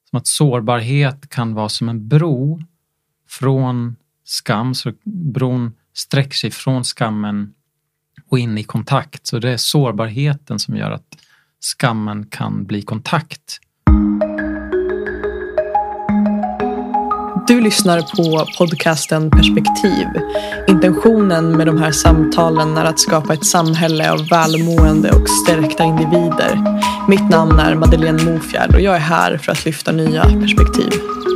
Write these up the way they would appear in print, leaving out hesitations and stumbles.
som att sårbarhet kan vara som en bro från skam. Så bron sträcker sig från skammen och in i kontakt. Så det är sårbarheten som gör att skammen kan bli kontakt. Du lyssnar på podcasten Perspektiv. Intentionen med de här samtalen är att skapa ett samhälle av välmående och stärkta individer. Mitt namn är Madeleine Mofjärd och jag är här för att lyfta nya perspektiv.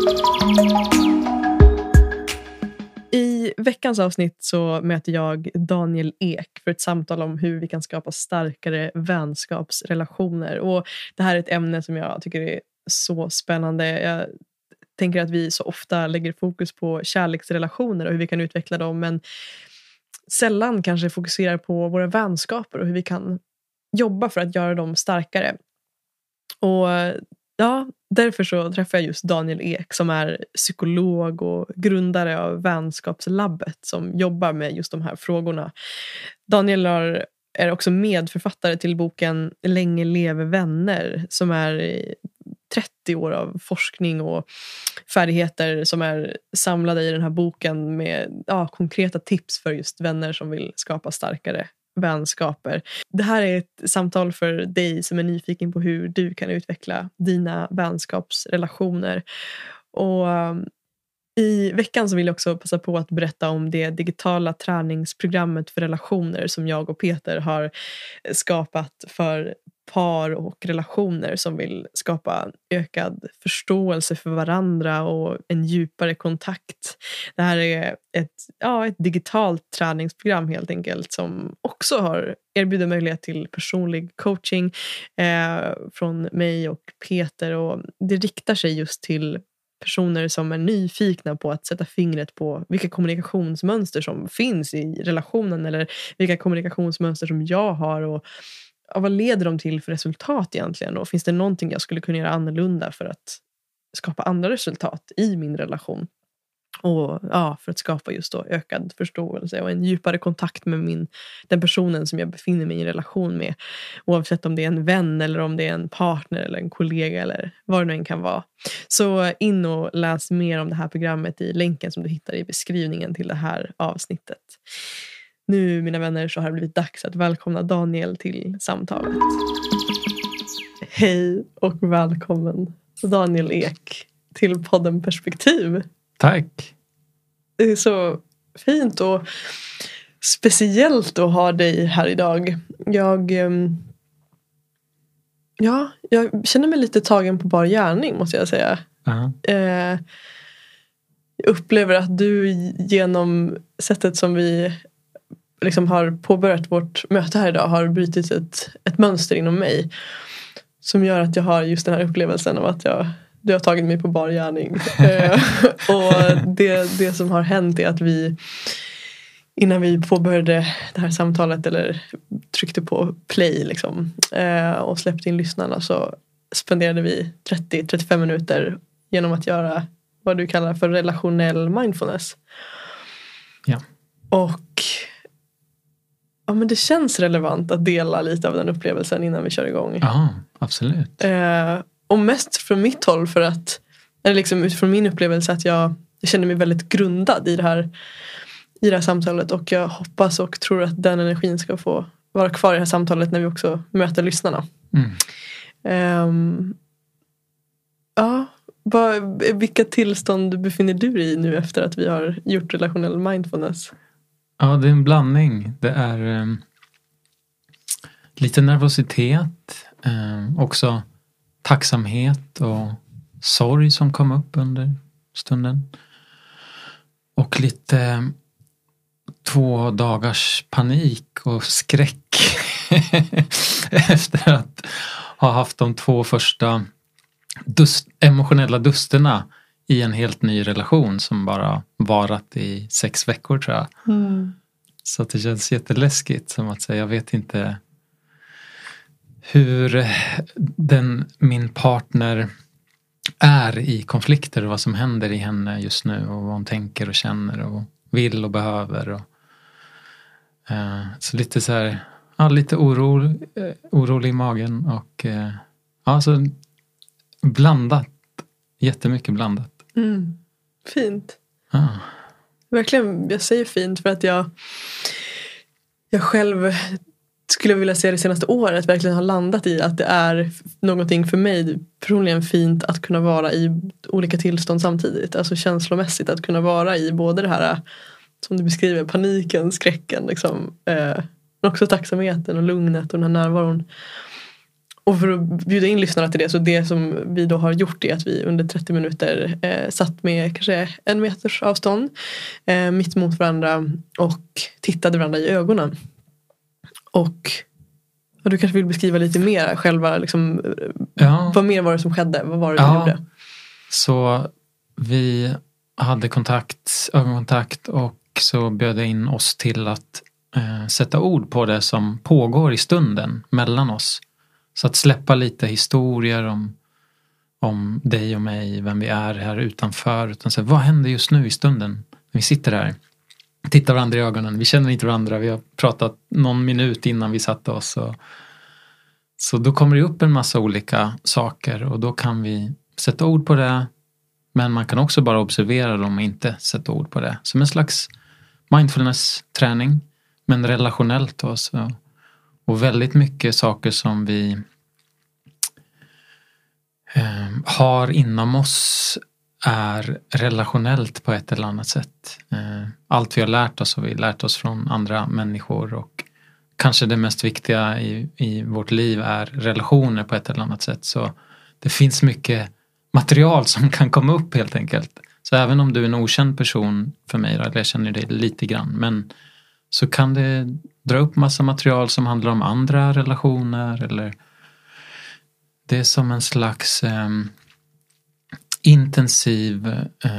I veckans avsnitt så möter jag Daniel Ek för ett samtal om hur vi kan skapa starkare vänskapsrelationer. Och det här är ett ämne som jag tycker är så spännande. Jag tänker att vi så ofta lägger fokus på kärleksrelationer och hur vi kan utveckla dem, men sällan kanske fokuserar på våra vänskaper och hur vi kan jobba för att göra dem starkare. Och ja, därför så träffar jag just Daniel Ek som är psykolog och grundare av Vänskapslabbet som jobbar med just de här frågorna. Daniel är också medförfattare till boken Länge lever vänner som är 30 år av forskning och färdigheter som är samlade i den här boken med konkreta tips för just vänner som vill skapa starkare vänskaper. Det här är ett samtal för dig som är nyfiken på hur du kan utveckla dina vänskapsrelationer. Och i veckan så vill jag också passa på att berätta om det digitala träningsprogrammet för relationer som jag och Peter har skapat för par och relationer som vill skapa ökad förståelse för varandra och en djupare kontakt. Det här är ett digitalt träningsprogram helt enkelt som också erbjuder möjlighet till personlig coaching från mig och Peter, och det riktar sig just till personer som är nyfikna på att sätta fingret på vilka kommunikationsmönster som finns i relationen eller vilka kommunikationsmönster som jag har och vad leder de till för resultat egentligen, och finns det någonting jag skulle kunna göra annorlunda för att skapa andra resultat i min relation och för att skapa just då ökad förståelse och en djupare kontakt med den personen som jag befinner mig i en relation med, oavsett om det är en vän eller om det är en partner eller en kollega eller vad det nu än kan vara. Så in och läs mer om det här programmet i länken som du hittar i beskrivningen till det här avsnittet. Nu, mina vänner, så har det blivit dags att välkomna Daniel till samtalet. Hej och välkommen Daniel Ek till podden Perspektiv. Tack. Det är så fint och speciellt att ha dig här idag. Jag känner mig lite tagen på bar gärning, måste jag säga. Jag upplever att du genom sättet som vi liksom har påbörjat vårt möte här idag har brutit ett mönster inom mig som gör att jag har just den här upplevelsen av att du har tagit mig på bar gärning. Och det som har hänt är att vi, innan vi påbörjade det här samtalet eller tryckte på play liksom, och släppte in lyssnarna, så spenderade vi 30-35 minuter genom att göra vad du kallar för relationell mindfulness. Ja. Och men det känns relevant att dela lite av den upplevelsen innan vi kör igång. Ja, absolut. Och mest från mitt håll för att, eller liksom utifrån min upplevelse, att jag känner mig väldigt grundad i det här samtalet, och jag hoppas och tror att den energin ska få vara kvar i det här samtalet när vi också möter lyssnarna. Vilka tillstånd befinner du dig i nu efter att vi har gjort relationell mindfulness? Ja, det är en blandning. Det är lite nervositet, också tacksamhet och sorg som kom upp under stunden. Och lite 2 dagars panik och skräck efter att ha haft de 2 första emotionella dusterna i en helt ny relation som bara varat i 6 veckor, tror jag. Så att det känns jätteläskigt, som att säga, jag vet inte hur min partner är i konflikter och vad som händer i henne just nu och vad hon tänker och känner och vill och behöver. Och, så lite så här, lite orolig i magen och så blandat Jättemycket blandat. Fint. Ah. Verkligen, jag säger fint för att jag själv skulle vilja säga det senaste året verkligen har landat i att det är någonting för mig personligen fint att kunna vara i olika tillstånd samtidigt. Alltså känslomässigt att kunna vara i både det här som du beskriver, paniken, skräcken liksom, men också tacksamheten och lugnet och den här närvaron. Och för att bjuda in lyssnarna till det, så det som vi då har gjort är att vi under 30 minuter satt med kanske 1 meters avstånd mitt mot varandra och tittade varandra i ögonen. Och du kanske vill beskriva lite mer själva liksom, vad mer var det som skedde? Vad var det du gjorde? Så vi hade ögonkontakt och så bjöd jag in oss till att sätta ord på det som pågår i stunden mellan oss. Så att släppa lite historier om dig och mig, vem vi är här utanför. Utan så, vad händer just nu i stunden? Vi sitter här, tittar varandra i ögonen. Vi känner inte varandra. Vi har pratat någon minut innan vi satte oss. Så då kommer det upp en massa olika saker. Och då kan vi sätta ord på det. Men man kan också bara observera dem och inte sätta ord på det. Som en slags mindfulness-träning. Men relationellt då. Och väldigt mycket saker som vi har inom oss är relationellt på ett eller annat sätt. Allt vi har lärt oss har vi lärt oss från andra människor, och kanske det mest viktiga i vårt liv är relationer på ett eller annat sätt. Så det finns mycket material som kan komma upp helt enkelt. Så även om du är en okänd person för mig, eller jag känner dig lite grann, men så kan det dra upp massa material som handlar om andra relationer, eller det är som en slags intensiv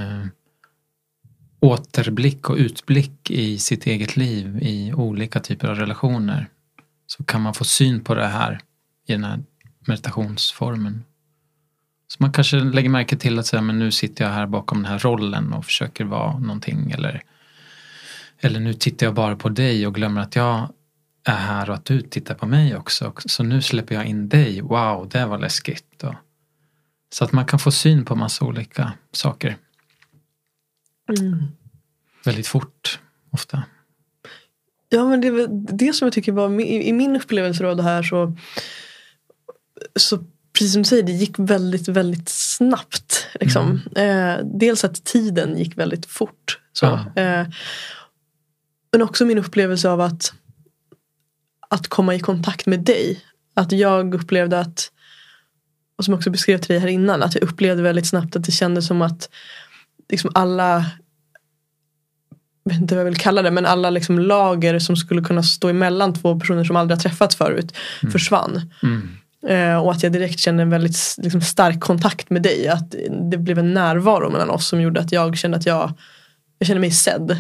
återblick och utblick i sitt eget liv i olika typer av relationer. Så kan man få syn på det här i den här meditationsformen. Så man kanske lägger märke till att säga, men nu sitter jag här bakom den här rollen och försöker vara någonting, eller nu tittar jag bara på dig och glömmer att jag är här och att du tittar på mig också. Så nu släpper jag in dig. Wow, det var läskigt. Så att man kan få syn på massa olika saker. Väldigt fort, ofta. Ja, men det är det som jag tycker var i min upplevelse av det här, så precis som du säger, det gick väldigt, väldigt snabbt. Liksom. Dels att tiden gick väldigt fort. Men också min upplevelse av att komma i kontakt med dig. Att jag upplevde att, och som jag också beskrev till dig här innan, att jag upplevde väldigt snabbt att det kändes som att liksom alla, jag vet inte vad jag vill kalla det, men alla liksom lager som skulle kunna stå emellan två personer som aldrig har träffats förut försvann. Och att jag direkt kände en väldigt liksom, stark kontakt med dig. Att det blev en närvaro mellan oss som gjorde att jag kände att jag kände mig sedd.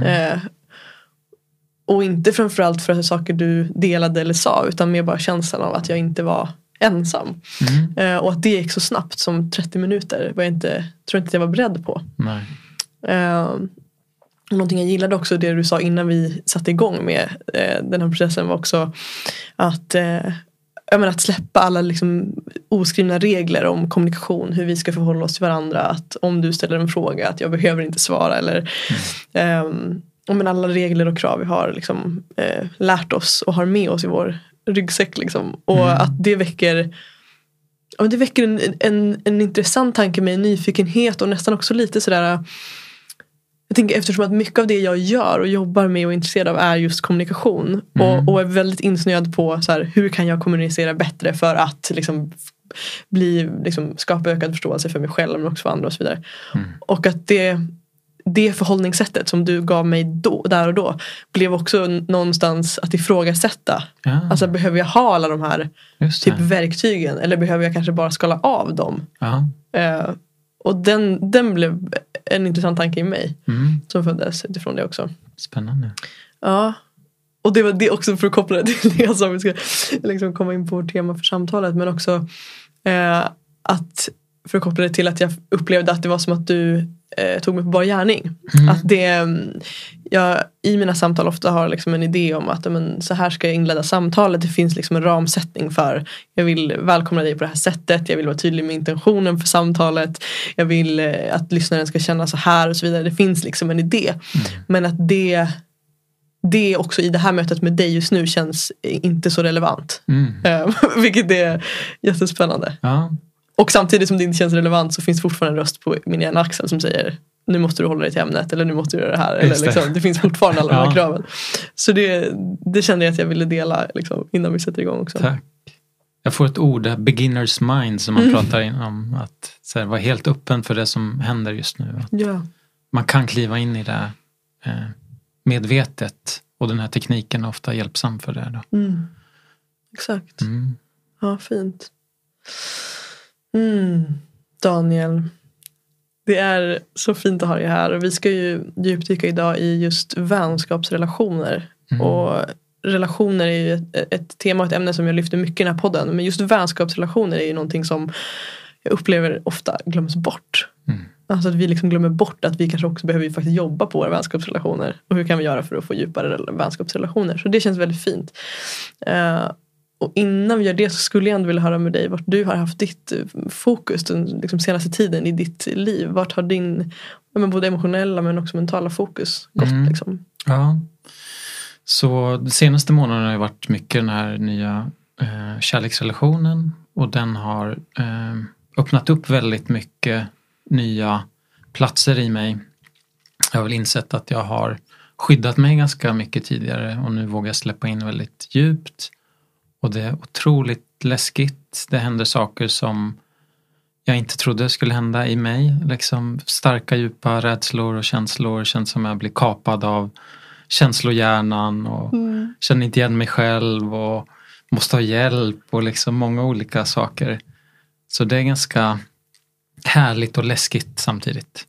Och inte framförallt för saker du delade eller sa, utan mer bara känslan av att jag inte var ensam. Och att det gick så snabbt som 30 minuter tror jag inte att jag var beredd på. Nej. Och någonting jag gillade också, det du sa innan vi satte igång med den här processen, var också att att släppa alla liksom oskrivna regler om kommunikation, hur vi ska förhålla oss till varandra, att om du ställer en fråga att jag behöver inte svara, eller men alla regler och krav vi har liksom, lärt oss och har med oss i vår ryggsäck liksom. Och att det väcker en intressant tanke med nyfikenhet, och nästan också lite sådär, jag tänker, eftersom att mycket av det jag gör och jobbar med och är intresserad av är just kommunikation, och är väldigt insnöad på så här, hur kan jag kommunicera bättre för att liksom skapa ökad förståelse för mig själv men också för andra och så vidare. Och att det förhållningssättet som du gav mig där och då blev också någonstans att ifrågasätta. Alltså, behöver jag ha alla de här typ verktygen, eller behöver jag kanske bara skala av dem? Och den blev en intressant tanke i mig som föddes utifrån det också. Spännande. Ja. Och det var det också, för att koppla det till det som vi ska liksom komma in på vårt tema för samtalet, men också att för att koppla det till att jag upplevde att det var som att du tog mig på bar gärning. Att jag i mina samtal ofta har liksom en idé om att så här ska jag inleda samtalet. Det finns liksom en ramsättning för, jag vill välkomna dig på det här sättet, jag vill vara tydlig med intentionen för samtalet, jag vill att lyssnaren ska känna så här och så vidare. Det finns liksom en idé. Men att det också i det här mötet med dig just nu känns inte så relevant. Vilket är jättespännande. Ja. Och samtidigt som det inte känns relevant så finns fortfarande en röst på min ena axel som säger nu måste du hålla dig till ämnet eller nu måste du göra det här. Eller, liksom, det finns fortfarande alla de här kraven. Så det kände jag att jag ville dela liksom, innan vi sätter igång också. Tack. Jag får ett ord, beginner's mind, som man pratar om. Att så här, vara helt öppen för det som händer just nu. Man kan kliva in i det medvetet. Och den här tekniken är ofta hjälpsam för det. Då. Exakt. Ja, fint. Daniel, det är så fint att ha dig här. Och vi ska ju djupdyka idag i just vänskapsrelationer. Och relationer är ju ett tema och ett ämne som jag lyfter mycket i den här podden. Men just vänskapsrelationer är ju någonting som jag upplever ofta glöms bort. Alltså att vi liksom glömmer bort att vi kanske också behöver faktiskt jobba på våra vänskapsrelationer. Och hur kan vi göra för att få djupare vänskapsrelationer. Så det känns väldigt fint. Och innan vi gör det så skulle jag ändå vilja höra med dig vart du har haft ditt fokus den liksom senaste tiden i ditt liv. Vart har din både emotionella men också mentala fokus gått? Liksom? Ja, så de senaste månaderna har det varit mycket den här nya kärleksrelationen. Och den har öppnat upp väldigt mycket nya platser i mig. Jag har väl insett att jag har skyddat mig ganska mycket tidigare. Och nu vågar jag släppa in väldigt djupt. Och det är otroligt läskigt. Det händer saker som jag inte trodde skulle hända i mig. Liksom starka, djupa rädslor och känslor. Känns som jag blir kapad av känslohjärnan. Och känner inte igen mig själv. Och måste ha hjälp. Och liksom många olika saker. Så det är ganska härligt och läskigt samtidigt.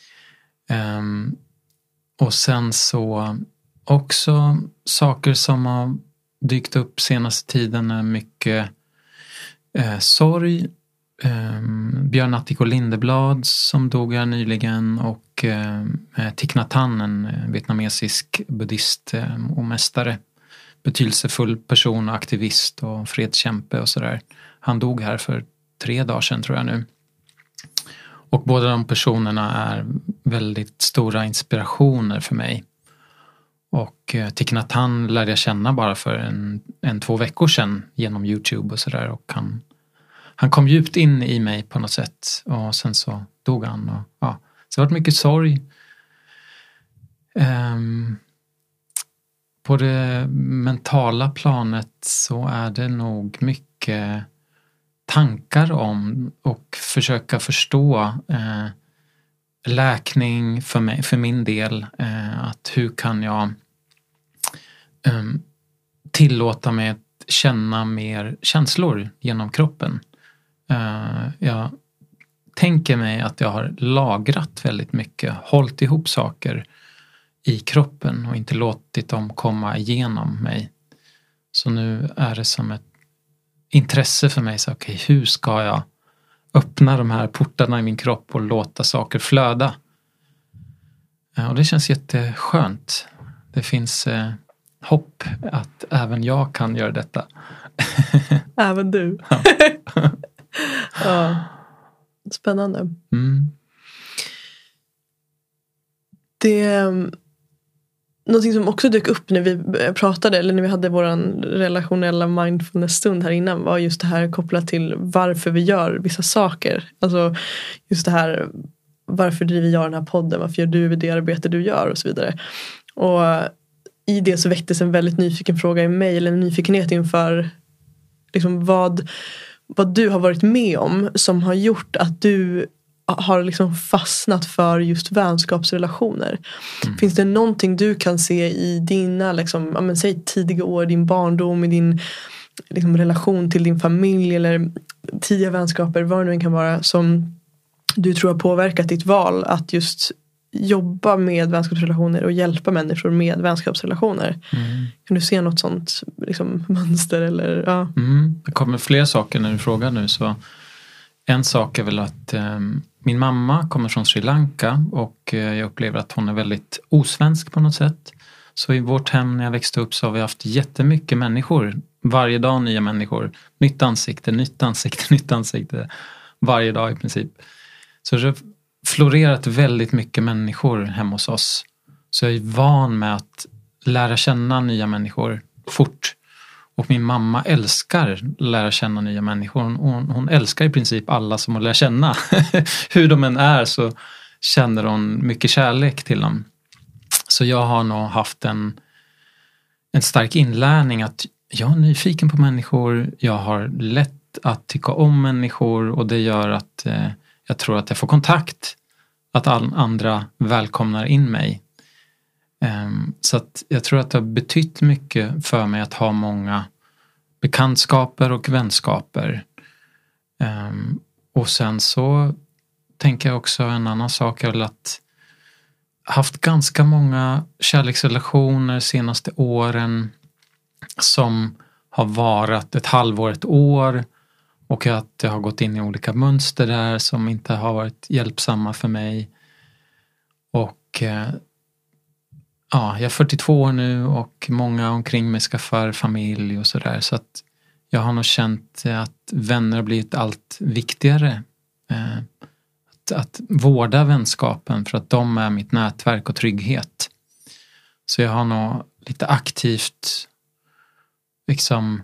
Och sen så också saker som har dykt upp senaste tiden är mycket sorg. Björn Attiko Lindeblad som dog här nyligen och Thich Nhat Hanh, en vietnamesisk buddhist och mästare. Betydelsefull person och aktivist och fredskämpe och sådär. Han dog här för 3 dagar sedan tror jag nu. Och båda de personerna är väldigt stora inspirationer för mig. Och Thich Nhat Hanh lärde jag känna bara för 2 veckor sedan genom YouTube och sådär. Och han kom djupt in i mig på något sätt. Och sen så dog han. Och, ja. Så det har varit mycket sorg. På det mentala planet så är det nog mycket tankar om och försöka förstå läkning för min del. Att hur kan jag tillåta mig att känna mer känslor genom kroppen. Jag tänker mig att jag har lagrat väldigt mycket, hållit ihop saker i kroppen och inte låtit dem komma igenom mig. Så nu är det som ett intresse för mig. Så okej, hur ska jag öppna de här portarna i min kropp och låta saker flöda? Och det känns jätteskönt. Det finns hopp att även jag kan göra detta. Även du. Ja. Ja. Spännande. Det någonting som också dök upp när vi pratade eller när vi hade våran relationella mindfulness-stund här innan var just det här kopplat till varför vi gör vissa saker. Alltså just det här, varför driver jag den här podden, varför gör du det arbete du gör och så vidare. Och i det så väcktes en väldigt nyfiken fråga i mig, eller en nyfikenhet inför liksom vad du har varit med om som har gjort att du har liksom fastnat för just vänskapsrelationer. Finns det någonting du kan se i dina liksom, säg tidiga år, din barndom, i din liksom, relation till din familj eller tidiga vänskaper, vad det nu kan vara, som du tror har påverkat ditt val att just jobba med vänskapsrelationer och hjälpa människor med vänskapsrelationer? Kan du se något sånt liksom, mönster? Eller, ja. Det kommer fler saker när du frågar nu. Så En sak är väl att min mamma kommer från Sri Lanka och jag upplever att hon är väldigt osvensk på något sätt. Så i vårt hem när jag växte upp så har vi haft jättemycket människor. Varje dag nya människor. Nytt ansikte, nytt ansikte, nytt ansikte. Varje dag i princip. Så det har florerat väldigt mycket människor hemma hos oss. Så jag är van med att lära känna nya människor fort. Och min mamma älskar lära känna nya människor. Hon älskar i princip alla som hon lär känna. Hur de än är så känner hon mycket kärlek till dem. Så jag har nog haft en stark inlärning att jag är nyfiken på människor. Jag har lätt att tycka om människor och det gör att jag tror att jag får kontakt. Att andra välkomnar in mig. Så att jag tror att det har betytt mycket för mig att ha många bekantskaper och vänskaper. Och sen så tänker jag också en annan sak är att haft ganska många kärleksrelationer senaste åren som har varit ett halvår, ett år och att jag har gått in i olika mönster där som inte har varit hjälpsamma för mig. Och jag är 42 år nu och många omkring mig skaffar familj och sådär. Så att jag har nog känt att vänner har blivit allt viktigare. Att vårda vänskapen för att de är mitt nätverk och trygghet. Så jag har nog lite aktivt liksom,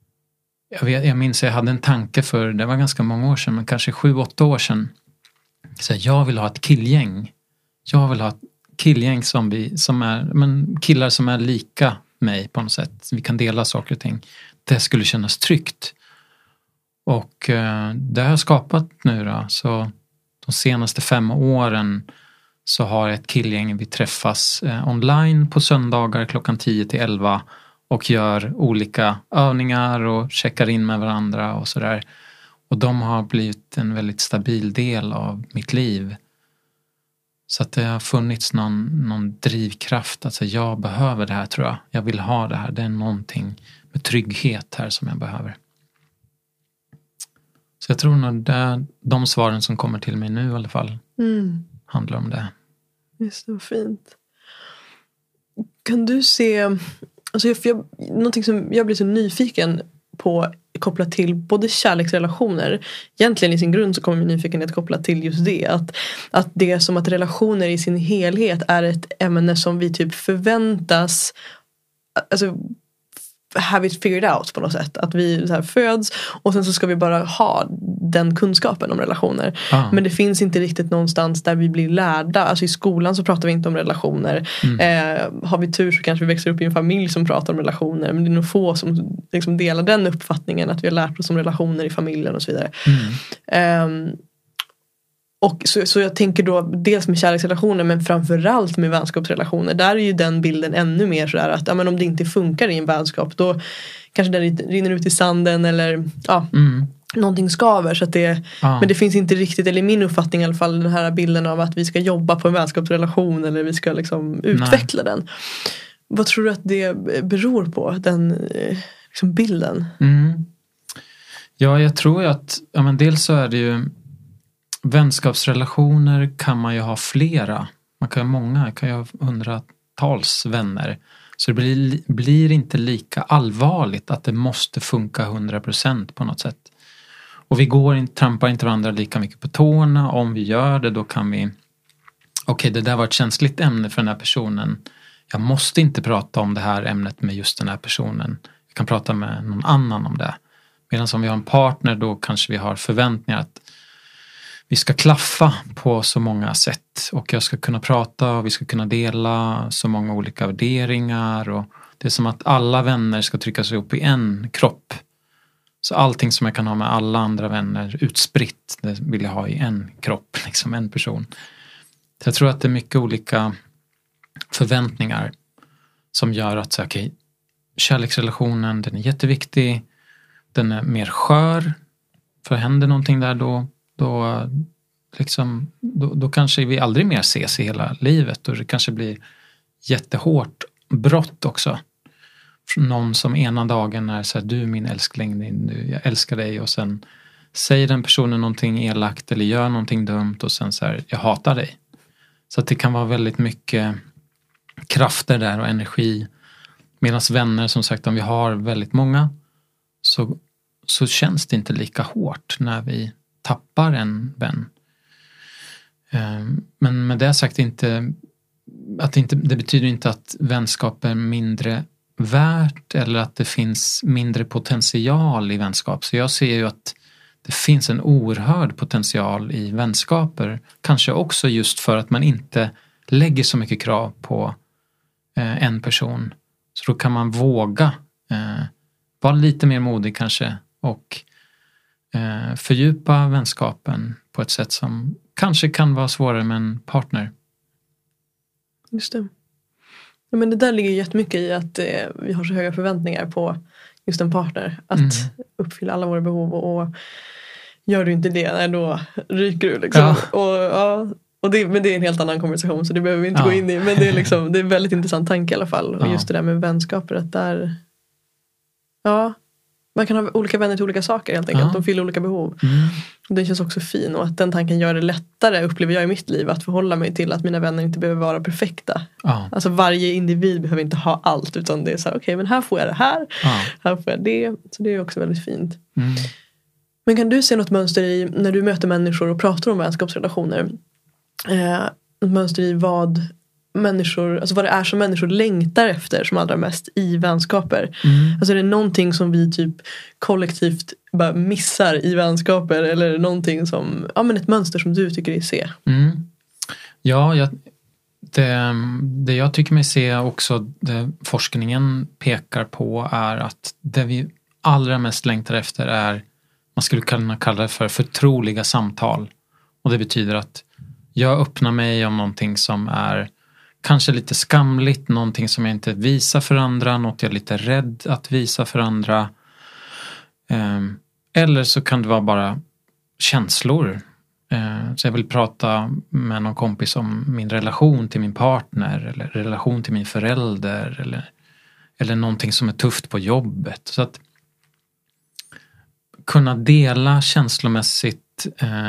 jag minns att jag hade en tanke för, det var ganska många år sedan, men kanske 7-8 år sedan. Så jag vill ha ett killgäng. Jag vill ha ett killgäng som är killar som är lika mig på något sätt. Vi kan dela saker och ting. Det skulle kännas tryggt. Och det har jag skapat nu då. Så de senaste 5 åren så har ett killgäng, vi träffas online på söndagar klockan 10-11 och gör olika övningar och checkar in med varandra och sådär. Och de har blivit en väldigt stabil del av mitt liv. Så att det har funnits någon drivkraft. Alltså jag behöver det här, tror jag. Jag vill ha det här. Det är någonting med trygghet här som jag behöver. Så jag tror nog de svaren som kommer till mig nu i alla fall handlar om det. Just det, vad fint. Kan du se, alltså någonting som jag blir så nyfiken på kopplat till både kärleksrelationer. Egentligen i sin grund så kommer min nyfikenhet kopplat till just det. Att det är som att relationer i sin helhet är ett ämne som vi typ förväntas, alltså have it figured out på något sätt. Att vi så här föds och sen så ska vi bara ha den kunskapen om relationer. Men det finns inte riktigt någonstans där vi blir lärda. Alltså i skolan så pratar vi inte om relationer. Har vi tur så kanske vi växer upp i en familj som pratar om relationer. Men det är nog få som liksom delar den uppfattningen att vi har lärt oss om relationer i familjen och så vidare. Och så jag tänker då dels med kärleksrelationer men framförallt med vänskapsrelationer. Där är ju den bilden ännu mer sådär att men om det inte funkar i en vänskap då kanske den rinner ut i sanden eller någonting skaver. Så att men det finns inte riktigt, eller i min uppfattning i alla fall, den här bilden av att vi ska jobba på en vänskapsrelation eller vi ska liksom utveckla den. Vad tror du att det beror på, den liksom bilden? Ja, jag tror ju att dels så är det ju vänskapsrelationer kan man ju ha flera. Man kan ha många, man kan ju ha hundratals vänner. Så det blir inte lika allvarligt att det måste funka 100% på något sätt. Och vi trampar inte varandra lika mycket på tårna. Om vi gör det då kan vi det där var ett känsligt ämne för den här personen. Jag måste inte prata om det här ämnet med just den här personen. Jag kan prata med någon annan om det. Medan om vi har en partner då kanske vi har förväntningar att vi ska klaffa på så många sätt och jag ska kunna prata och vi ska kunna dela så många olika värderingar och det är som att alla vänner ska tryckas ihop i en kropp. Så allting som jag kan ha med alla andra vänner utspritt, det vill jag ha i en kropp, liksom en person. Så jag tror att det är mycket olika förväntningar som gör att kärleksrelationen, den är jätteviktig, den är mer skör, för händer någonting där då kanske vi aldrig mer ses i hela livet och det kanske blir jättehårt brott också. Någon som ena dagen är så här, du är min älskling, jag älskar dig och sen säger den personen någonting elakt eller gör någonting dumt och sen så här, jag hatar dig. Så att det kan vara väldigt mycket krafter där och energi. Medan vänner, som sagt, om vi har väldigt många så känns det inte lika hårt när vi tappar en vän. Men med det sagt det betyder inte att vänskap är mindre värt eller att det finns mindre potential i vänskap. Så jag ser ju att det finns en oerhörd potential i vänskaper. Kanske också just för att man inte lägger så mycket krav på en person. Så då kan man våga vara lite mer modig kanske och fördjupa vänskapen på ett sätt som kanske kan vara svårare med en partner. Just det. Ja, men det där ligger jättemycket i att vi har så höga förväntningar på just en partner. Att uppfylla alla våra behov och gör du inte det, nej, då ryker du liksom. Ja. Men det är en helt annan konversation så det behöver vi inte gå in i. Men det är liksom, det är en väldigt intressant tanke i alla fall. Och just det där med vänskaper, att där man kan ha olika vänner till olika saker helt enkelt. De fyller olika behov. Och det känns också fin. Och att den tanken gör det lättare, upplever jag i mitt liv, att förhålla mig till att mina vänner inte behöver vara perfekta. Alltså varje individ behöver inte ha allt, utan det är så här, okej, men här får jag det här. Här får jag det. Så det är också väldigt fint. Men kan du se något mönster i, när du möter människor och pratar om vänskapsrelationer, något mönster i vad människor, alltså vad det är som människor längtar efter som allra mest i vänskaper? Alltså är det någonting som vi typ kollektivt bara missar i vänskaper, eller är det någonting som, men ett mönster som du tycker dig se? Ja, det jag tycker mig se också, det forskningen pekar på, är att det vi allra mest längtar efter är, man skulle kunna kalla det för förtroliga samtal. Och det betyder att jag öppnar mig om någonting som är kanske lite skamligt, någonting som jag inte visar för andra, något jag är lite rädd att visa för andra. Eller så kan det vara bara känslor. Så jag vill prata med någon kompis om min relation till min partner, eller relation till min förälder, eller någonting som är tufft på jobbet. Så att kunna dela känslomässigt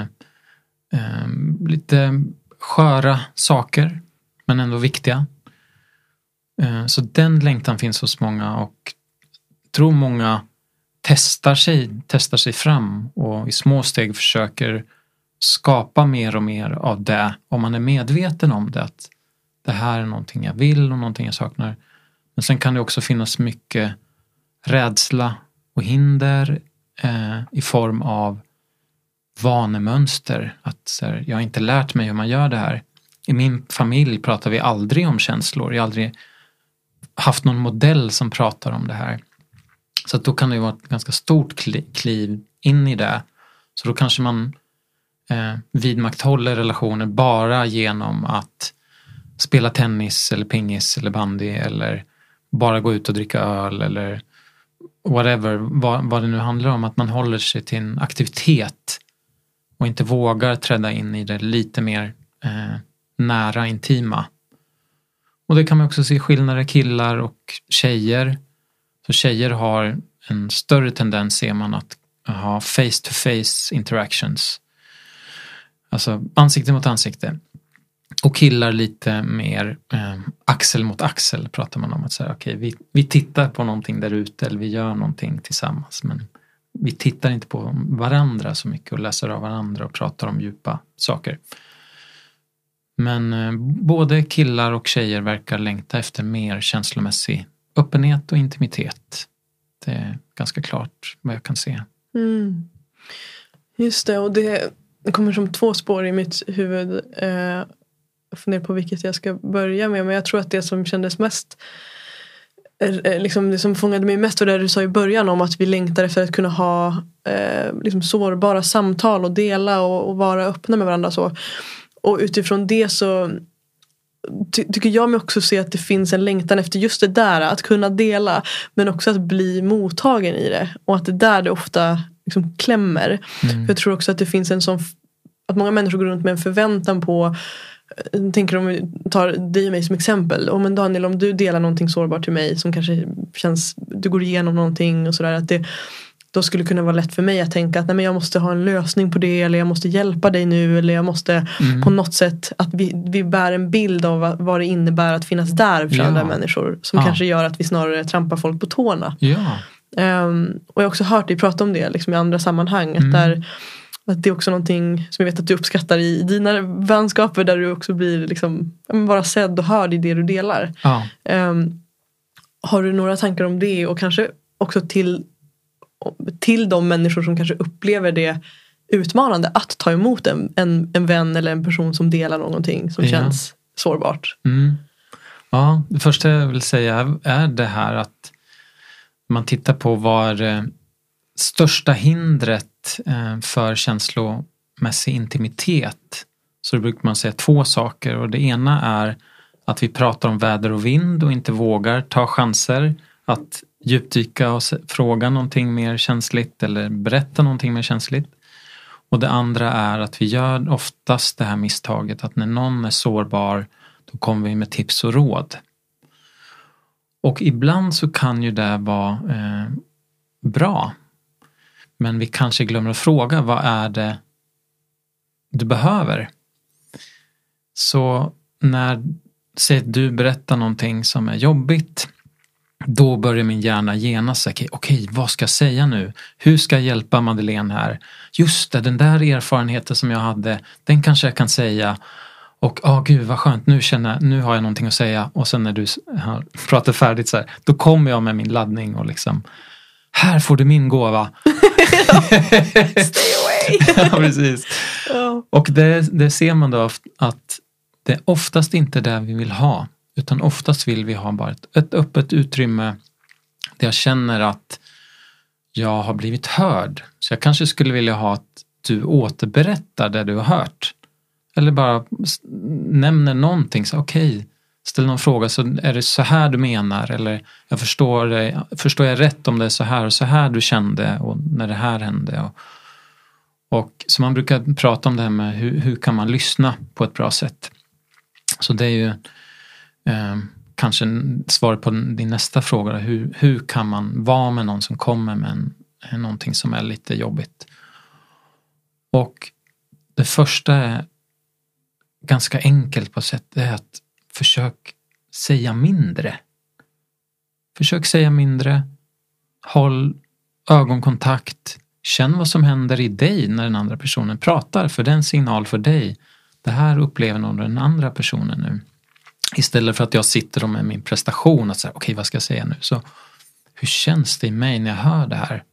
lite sköra saker, men ändå viktiga. Så den längtan finns hos många, och tror många testar sig fram och i små steg försöker skapa mer och mer av det, om man är medveten om det, att det här är någonting jag vill och någonting jag saknar. Men sen kan det också finnas mycket rädsla och hinder i form av vanemönster, att så här, jag har inte lärt mig hur man gör det här. I min familj pratar vi aldrig om känslor. Jag har aldrig haft någon modell som pratar om det här. Så att då kan det vara ett ganska stort kliv in i det. Så då kanske man vidmakthåller relationer bara genom att spela tennis eller pingis eller bandy, eller bara gå ut och dricka öl, eller whatever, vad det nu handlar om. Att man håller sig till en aktivitet och inte vågar träda in i det lite mer nära, intima. Och det kan man också se skillnader killar och tjejer. Så tjejer har en större tendens, ser man, att ha face-to-face interactions. Alltså ansikte mot ansikte. Och killar lite mer axel mot axel, pratar man om. Att säga, okej, vi tittar på någonting där ute, eller vi gör någonting tillsammans, men vi tittar inte på varandra så mycket och läser av varandra och pratar om djupa saker. Men både killar och tjejer verkar längta efter mer känslomässig öppenhet och intimitet. Det är ganska klart vad jag kan se. Just det, och det kommer som två spår i mitt huvud. Jag funderar på vilket jag ska börja med, men jag tror att det som kändes mest, liksom det som fångade mig mest var det du sa i början om att vi längtar efter att kunna ha liksom sårbara samtal och dela och vara öppna med varandra så. Och utifrån det så tycker jag mig också se att det finns en längtan efter just det där, att kunna dela, men också att bli mottagen i det, och att det där det ofta liksom klämmer. För jag tror också att det finns en sån, att många människor går runt med en förväntan på, jag tänker om vi tar dig och mig som exempel, men Daniel, om du delar någonting sårbart till mig som kanske känns, du går igenom någonting och sådär, att då skulle kunna vara lätt för mig att tänka att nej, men jag måste ha en lösning på det, eller jag måste hjälpa dig nu, eller jag måste på något sätt, att vi bär en bild av vad det innebär att finnas där för andra människor, som kanske gör att vi snarare trampar folk på tårna. Och jag har också hört dig prata om det liksom i andra sammanhang, att det är också någonting som jag vet att du uppskattar i dina vänskaper, där du också blir liksom bara sedd och hörd i det du delar. Har du några tankar om det, och kanske också till de människor som kanske upplever det utmanande att ta emot en vän eller en person som delar någonting som känns sårbart? Ja, det första jag vill säga är det här att man tittar på vad största hindret för känslomässig intimitet, så brukar man säga 2 saker, och det ena är att vi pratar om väder och vind och inte vågar ta chanser att djupdyka och fråga någonting mer känsligt eller berätta någonting mer känsligt. Och det andra är att vi gör oftast det här misstaget att när någon är sårbar, då kommer vi med tips och råd. Och ibland så kan ju det vara bra. Men vi kanske glömmer att fråga, vad är det du behöver? Så när du berättar någonting som är jobbigt, då börjar min hjärna genast säga, okej, vad ska jag säga nu? Hur ska jag hjälpa Madeleine här? Just det, den där erfarenheten som jag hade, den kanske jag kan säga. Och gud vad skönt, nu har jag någonting att säga. Och sen när du har pratat färdigt så här, då kommer jag med min laddning och liksom, här får du min gåva. Stay away. Ja, precis. Och det ser man då att det är oftast inte det vi vill ha. Utan oftast vill vi ha bara ett öppet utrymme där jag känner att jag har blivit hörd. Så jag kanske skulle vilja ha att du återberättar det du har hört. Eller bara nämner någonting. Så okej, ställ någon fråga. Så är det så här du menar? Eller jag förstår jag rätt om det är så här och så här du kände och när det här hände? Och så man brukar prata om det här med hur kan man lyssna på ett bra sätt. Så det är ju kanske svar på din nästa fråga. Hur kan man vara med någon som kommer med någonting som är lite jobbigt? Och det första är ganska enkelt på sätt, det är att försök säga mindre. Försök säga mindre. Håll ögonkontakt. Känn vad som händer i dig när den andra personen pratar. För den signal för dig. Det här upplever nog den andra personen nu. Istället för att jag sitter med min prestation och säger, okej, vad ska jag säga nu? Så hur känns det i mig när jag hör det här?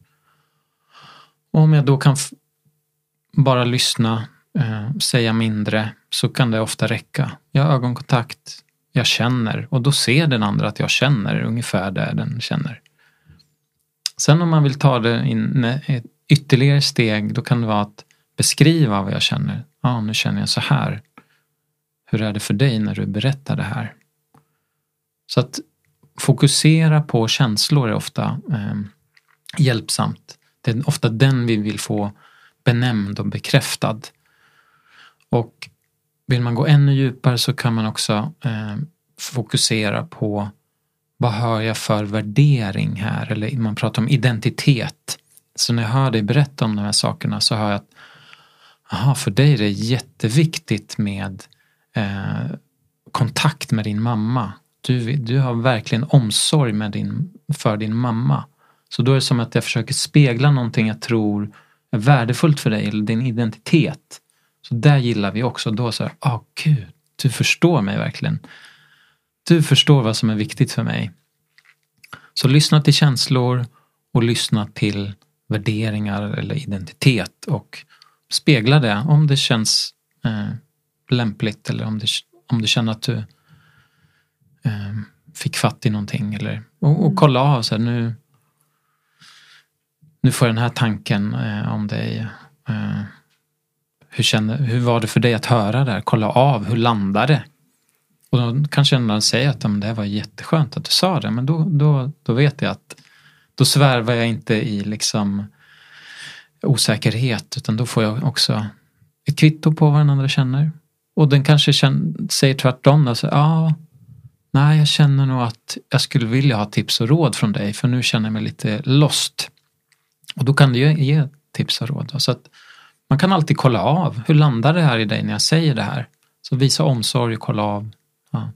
Och om jag då kan bara lyssna, säga mindre, så kan det ofta räcka. Jag har ögonkontakt, jag känner, och då ser den andra att jag känner ungefär det den känner. Sen om man vill ta det in ett ytterligare steg, då kan det vara att beskriva vad jag känner. Ja, nu känner jag så här. Hur är det för dig när du berättar det här? Så att fokusera på känslor är ofta hjälpsamt. Det är ofta den vi vill få benämnd och bekräftad. Och vill man gå ännu djupare så kan man också fokusera på vad hör jag för värdering här? Eller man pratar om identitet. Så när jag hör dig berätta om de här sakerna så hör jag att för dig är det jätteviktigt med kontakt med din mamma. Du har verkligen omsorg för din mamma. Så då är det som att jag försöker spegla någonting jag tror är värdefullt för dig, eller din identitet. Så där gillar vi också. Då så här, gud, du förstår mig verkligen. Du förstår vad som är viktigt för mig. Så lyssna till känslor och lyssna till värderingar eller identitet och spegla det om det känns lämpligt, eller om du känner att du fick fatt i någonting, eller och kolla av så här, nu får jag den här tanken om dig. Hur var det för dig att höra det här? Kolla av, hur landar det? Och då kanske någon säger att det var jätteskönt att du sa det, men då vet jag att då svärvar jag inte i liksom osäkerhet, utan då får jag också ett kvitto på vad den andra känner. Och den kanske säger tvärtom. Alltså, nej, jag känner nog att jag skulle vilja ha tips och råd från dig, för nu känner jag mig lite lost. Och då kan du ju ge tips och råd. Så att man kan alltid kolla av. Hur landar det här i dig när jag säger det här? Så visa omsorg och kolla av. Ja.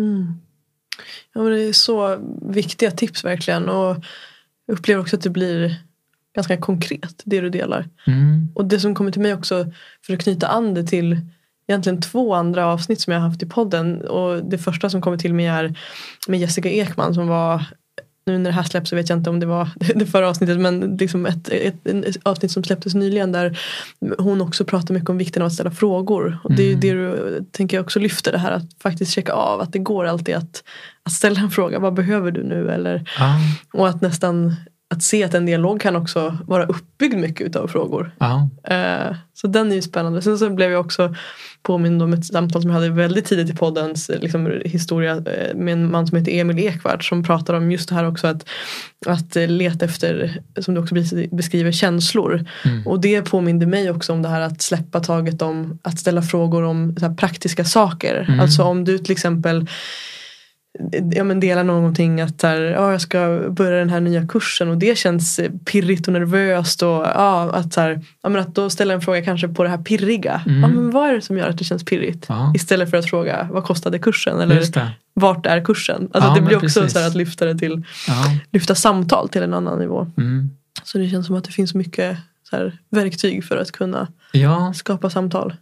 Ja, men det är så viktiga tips verkligen. Och jag upplever också att det blir ganska konkret, det du delar. Och det som kommer till mig också, för att knyta an det till egentligen 2 andra avsnitt som jag har haft i podden. Och det första som kommer till mig är med Jessica Ekman som var, nu när det här släpps så vet jag inte om det var det förra avsnittet, men liksom ett avsnitt som släpptes nyligen där hon också pratar mycket om vikten av att ställa frågor. Och det är ju det du, tänker jag, också lyfter, det här att faktiskt checka av att det går alltid att ställa en fråga, vad behöver du nu? Eller, och att nästan att se att en dialog kan också vara uppbyggd mycket utav frågor. Så den är ju spännande. Sen så blev jag också påmind om ett samtal som jag hade väldigt tidigt i poddens liksom, historia med en man som heter Emil Ekvart som pratar om just det här också att leta efter, som du också beskriver, känslor. Och det påminde mig också om det här att släppa taget om att ställa frågor om så här, praktiska saker. Alltså om du till exempel delar någonting att här, jag ska börja den här nya kursen och det känns pirrigt och nervöst och att, så här, att då ställa en fråga kanske på det här pirriga. Men vad är det som gör att det känns pirrigt? Istället för att fråga vad kostade kursen eller vart är kursen? Alltså det blir också så här att lyfta det till lyfta samtal till en annan nivå. Så det känns som att det finns mycket så här, verktyg för att kunna skapa samtal.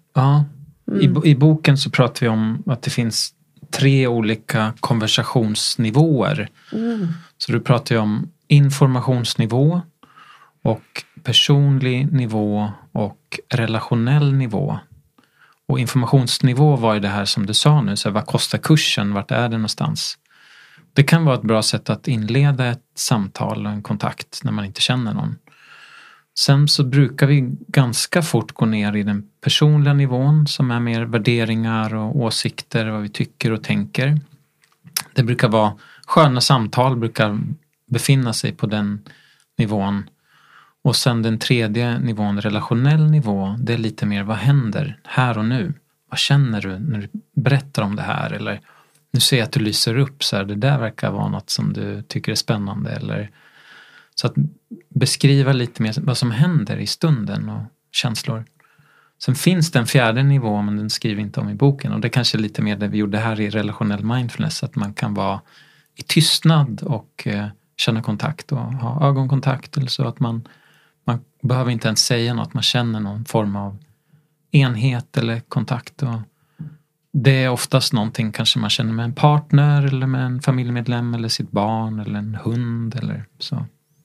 I boken så pratar vi om att det finns 3 olika konversationsnivåer. Så du pratar ju om informationsnivå och personlig nivå och relationell nivå. Och informationsnivå var ju det här som du sa nu. Så vad kostar kursen? Vart är det någonstans? Det kan vara ett bra sätt att inleda ett samtal och en kontakt när man inte känner någon. Sen så brukar vi ganska fort gå ner i den personliga nivån som är mer värderingar och åsikter, vad vi tycker och tänker. Det brukar vara sköna samtal, brukar befinna sig på den nivån. Och sen den 3:e nivån, relationell nivå, det är lite mer vad händer här och nu? Vad känner du när du berättar om det här? Eller nu ser jag att du lyser upp så här, det där verkar vara något som du tycker är spännande eller... Så att beskriva lite mer vad som händer i stunden och känslor. Sen finns det en 4:e nivå, men den skriver inte om i boken. Och det är kanske lite mer det vi gjorde här i relationell mindfulness. Att man kan vara i tystnad och känna kontakt och ha ögonkontakt. Eller så att man behöver inte ens säga något. Man känner någon form av enhet eller kontakt. Och det är oftast någonting kanske man känner med en partner eller med en familjemedlem eller sitt barn eller en hund eller så.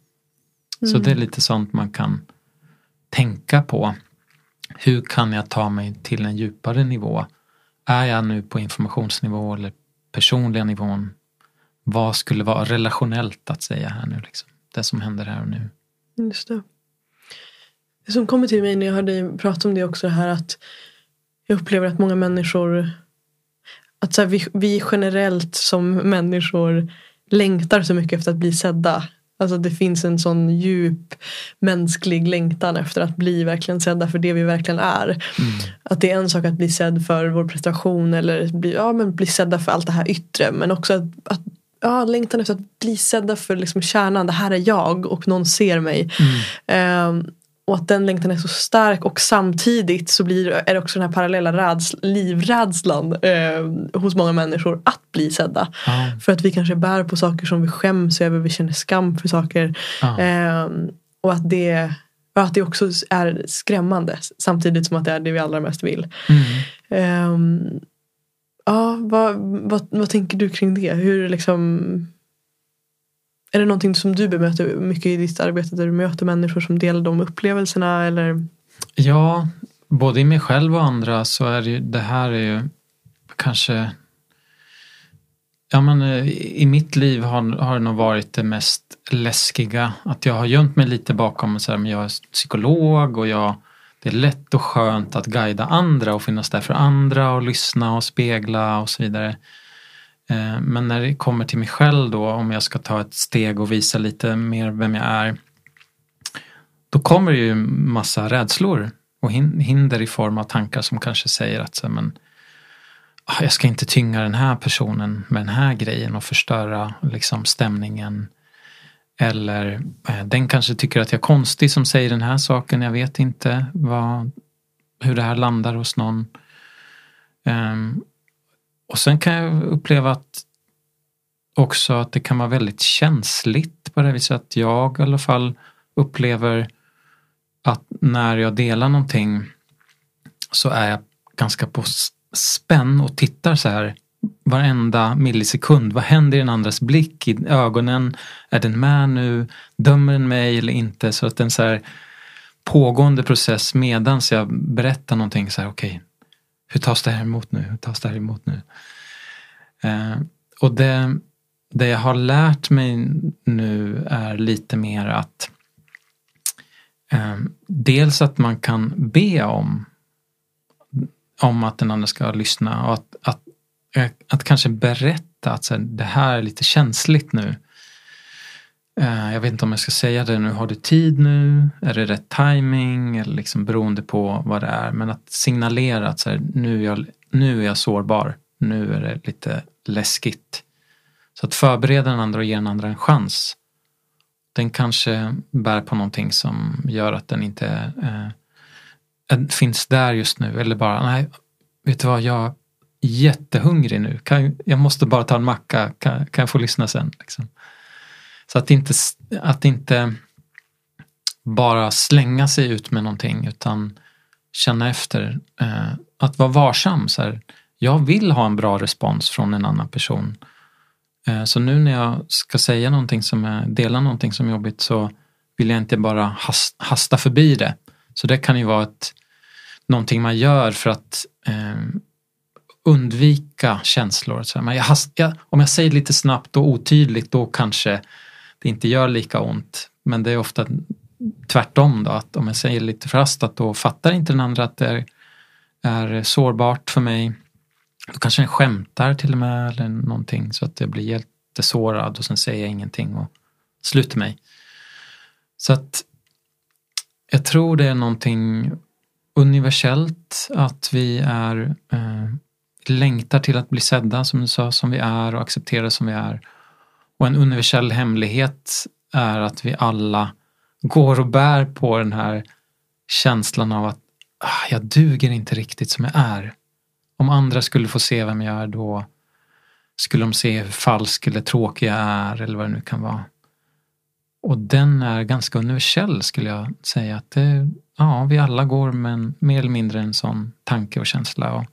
Så det är lite sånt man kan tänka på. Hur kan jag ta mig till en djupare nivå? Är jag nu på informationsnivå eller personliga nivån? Vad skulle vara relationellt att säga här nu? Liksom? Det som händer här och nu. Just det. Det som kommer till mig när jag hörde dig prata om det också, det här att jag upplever att många människor, att så här, vi generellt som människor längtar så mycket efter att bli sedda. Alltså det finns en sån djup mänsklig längtan efter att bli verkligen sedda för det vi verkligen är. Att det är en sak att bli sedd för vår prestation eller bli sedda för allt det här yttre, men också att längtan efter att bli sedda för liksom kärnan, det här är jag och någon ser mig. Och att den längtan är så stark och samtidigt så är det också den här parallella livrädslan hos många människor att bli sedda. För att vi kanske bär på saker som vi skäms över, vi känner skam för saker. Och att det också är skrämmande samtidigt som att det är det vi allra mest vill. Vad tänker du kring det? Hur liksom... Är det någonting som du bemöter mycket i ditt arbete där du möter människor som delar de upplevelserna? Eller? Ja, både i mig själv och andra så är det här är ju kanske... Ja, men i mitt liv har det nog varit det mest läskiga. Att jag har gömt mig lite bakom så här, men jag är psykolog och det är lätt och skönt att guida andra och finnas där för andra och lyssna och spegla och så vidare. Men när det kommer till mig själv då, om jag ska ta ett steg och visa lite mer vem jag är, då kommer det ju massa rädslor och hinder i form av tankar som kanske säger att så, men, jag ska inte tynga den här personen med den här grejen och förstöra liksom stämningen. Eller den kanske tycker att jag är konstig som säger den här saken. Jag vet inte hur det här landar hos någon. Och sen kan jag uppleva att det kan vara väldigt känsligt på det viset att jag i alla fall upplever att när jag delar någonting så är jag ganska på spänn och tittar så här varenda millisekund. Vad händer i den andras blick, i ögonen? Är den med nu? Dömer den mig eller inte? Så att en så här pågående process medans jag berättar någonting så här, okej, hur tas det här emot nu? Hur tas det här emot nu? Och det jag har lärt mig nu är lite mer att dels att man kan be om att den andra ska lyssna och att kanske berätta att så här, det här är lite känsligt nu. Jag vet inte om jag ska säga det nu. Har du tid nu? Är det rätt timing? Eller liksom beroende på vad det är. Men att signalera att så här, nu är jag sårbar. Nu är det lite läskigt. Så att förbereda den andra och ge den andra en chans. Den kanske bär på någonting som gör att den inte finns där just nu. Eller bara, nej, vet du vad, jag är jättehungrig nu. Jag måste bara ta en macka. Kan jag få lyssna sen? Liksom. Så att inte bara slänga sig ut med någonting utan känna efter. Att vara varsam. Så här, jag vill ha en bra respons från en annan person. Så nu när jag ska säga någonting dela någonting som är jobbigt så vill jag inte bara hasta förbi det. Så det kan ju vara någonting man gör för att undvika känslor. Så om jag säger lite snabbt och otydligt då kanske det inte gör lika ont. Men det är ofta tvärtom då. Att om jag säger lite för hastat då fattar inte den andra att det är sårbart för mig. Då kanske den skämtar till och med eller någonting så att jag blir jättesårad och sen säger jag ingenting och sluter mig. Så att jag tror det är någonting universellt att vi längtar till att bli sedda som du sa, som vi är och acceptera som vi är. Och en universell hemlighet är att vi alla går och bär på den här känslan av att jag duger inte riktigt som jag är. Om andra skulle få se vem jag är då skulle de se hur falsk eller tråkig jag är eller vad det nu kan vara. Och den är ganska universell skulle jag säga. Att vi alla går med mer eller mindre en sån tanke och känsla.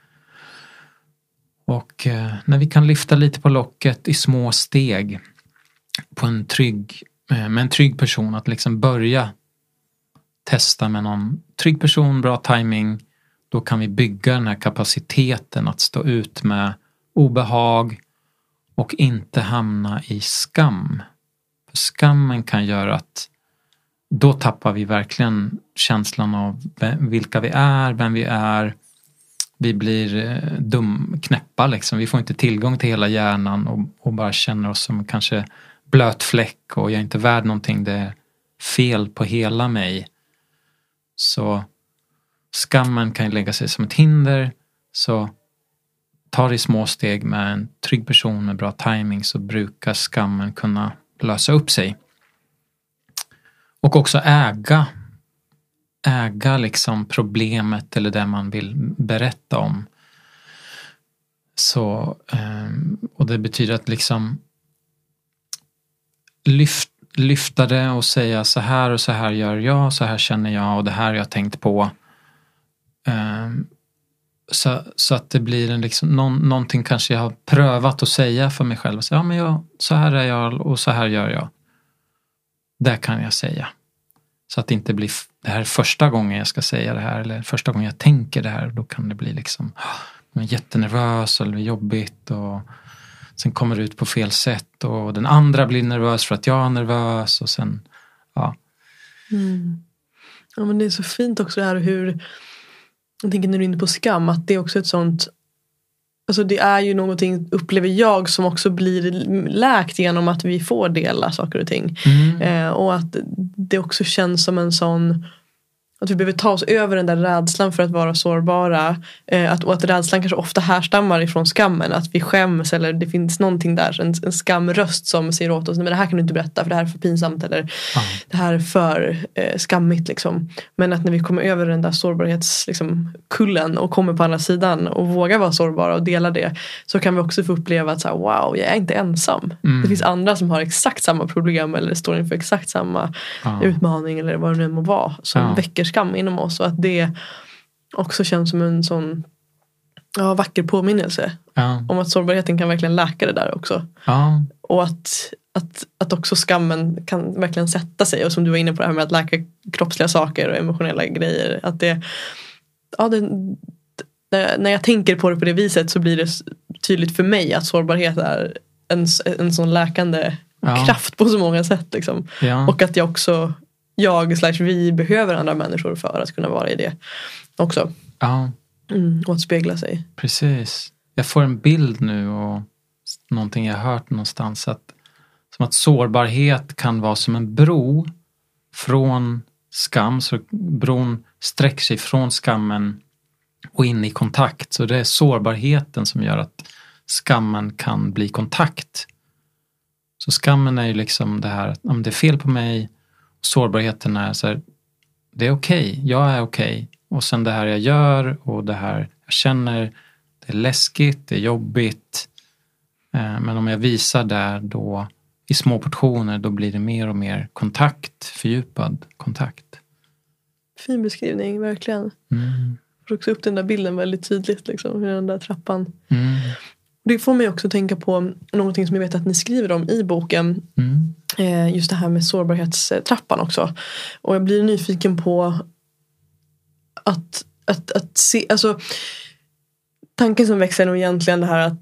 Och när vi kan lyfta lite på locket i små steg på med en trygg person att liksom börja testa med någon trygg person, bra timing. Då kan vi bygga den här kapaciteten att stå ut med obehag och inte hamna i skam. För skammen kan göra att då tappar vi verkligen känslan av vilka vi är, vem vi är. Vi blir knäppa liksom. Vi får inte tillgång till hela hjärnan och bara känner oss som kanske blöt fläck och jag är inte värd någonting. Det är fel på hela mig. Så skammen kan lägga sig som ett hinder. Så ta det i små steg med en trygg person med bra timing så brukar skammen kunna lösa upp sig. Och också äga liksom problemet eller det man vill berätta om. Så, och det betyder att liksom lyfta det och säga så här gör jag, så här känner jag och det här har jag tänkt på. Så att det blir någonting kanske jag har prövat att säga för mig själv. Så, så här är jag och så här gör jag. Det kan jag säga. Så att det inte blir det här första gången jag ska säga det här eller första gången jag tänker det här. Då kan det bli liksom jättenervös eller jobbigt och sen kommer det ut på fel sätt och den andra blir nervös för att jag är nervös och sen, ja. Ja, men det är så fint också det här hur, jag tänker när du är inne på skam, att det är också ett sånt, alltså det är ju någonting, upplever jag, som också blir läkt genom att vi får dela saker och ting. Och att det också känns som en sån Att vi behöver ta oss över den där rädslan för att vara sårbara. Och att rädslan kanske ofta härstammar ifrån skammen. Att vi skäms eller det finns någonting där. En skamröst som säger åt oss, men det här kan du inte berätta för det här är för pinsamt. Eller det här är för skammigt liksom. Men att när vi kommer över den där sårbarhetskullen och kommer på andra sidan och vågar vara sårbara och dela det. Så kan vi också få uppleva att så här, wow, jag är inte ensam. Det finns andra som har exakt samma problem eller står inför exakt samma utmaning eller vad det nu må vara. Som väcker skam inom oss. Och att det också känns som en sån vacker påminnelse. Om att sårbarheten kan verkligen läka det där också. Och att också skammen kan verkligen sätta sig. Och som du var inne på det här med att läka kroppsliga saker och emotionella grejer. Att det när jag tänker på det på det viset så blir det tydligt för mig att sårbarhet är en sån läkande kraft på så många sätt liksom. Och att vi behöver andra människor för att kunna vara i det också. Och att spegla sig. Precis. Jag får en bild nu och någonting jag har hört någonstans som att sårbarhet kan vara som en bro från skam, så bron sträcker sig från skammen och in i kontakt. Så det är sårbarheten som gör att skammen kan bli kontakt. Så skammen är ju liksom det här att om det är fel på mig, sårbarheten är så här, det är okej, jag är okej. Och sen det här jag gör och det här jag känner, det är läskigt, det är jobbigt. Men om jag visar där då i små portioner, då blir det mer och mer kontakt, fördjupad kontakt. Fin beskrivning, verkligen. Får också upp den där bilden väldigt tydligt liksom, den där trappan. Det får mig också tänka på någonting som jag vet att ni skriver om i boken. Just det här med sårbarhetstrappan också. Och jag blir nyfiken på att se, alltså tanken som växer nog egentligen det här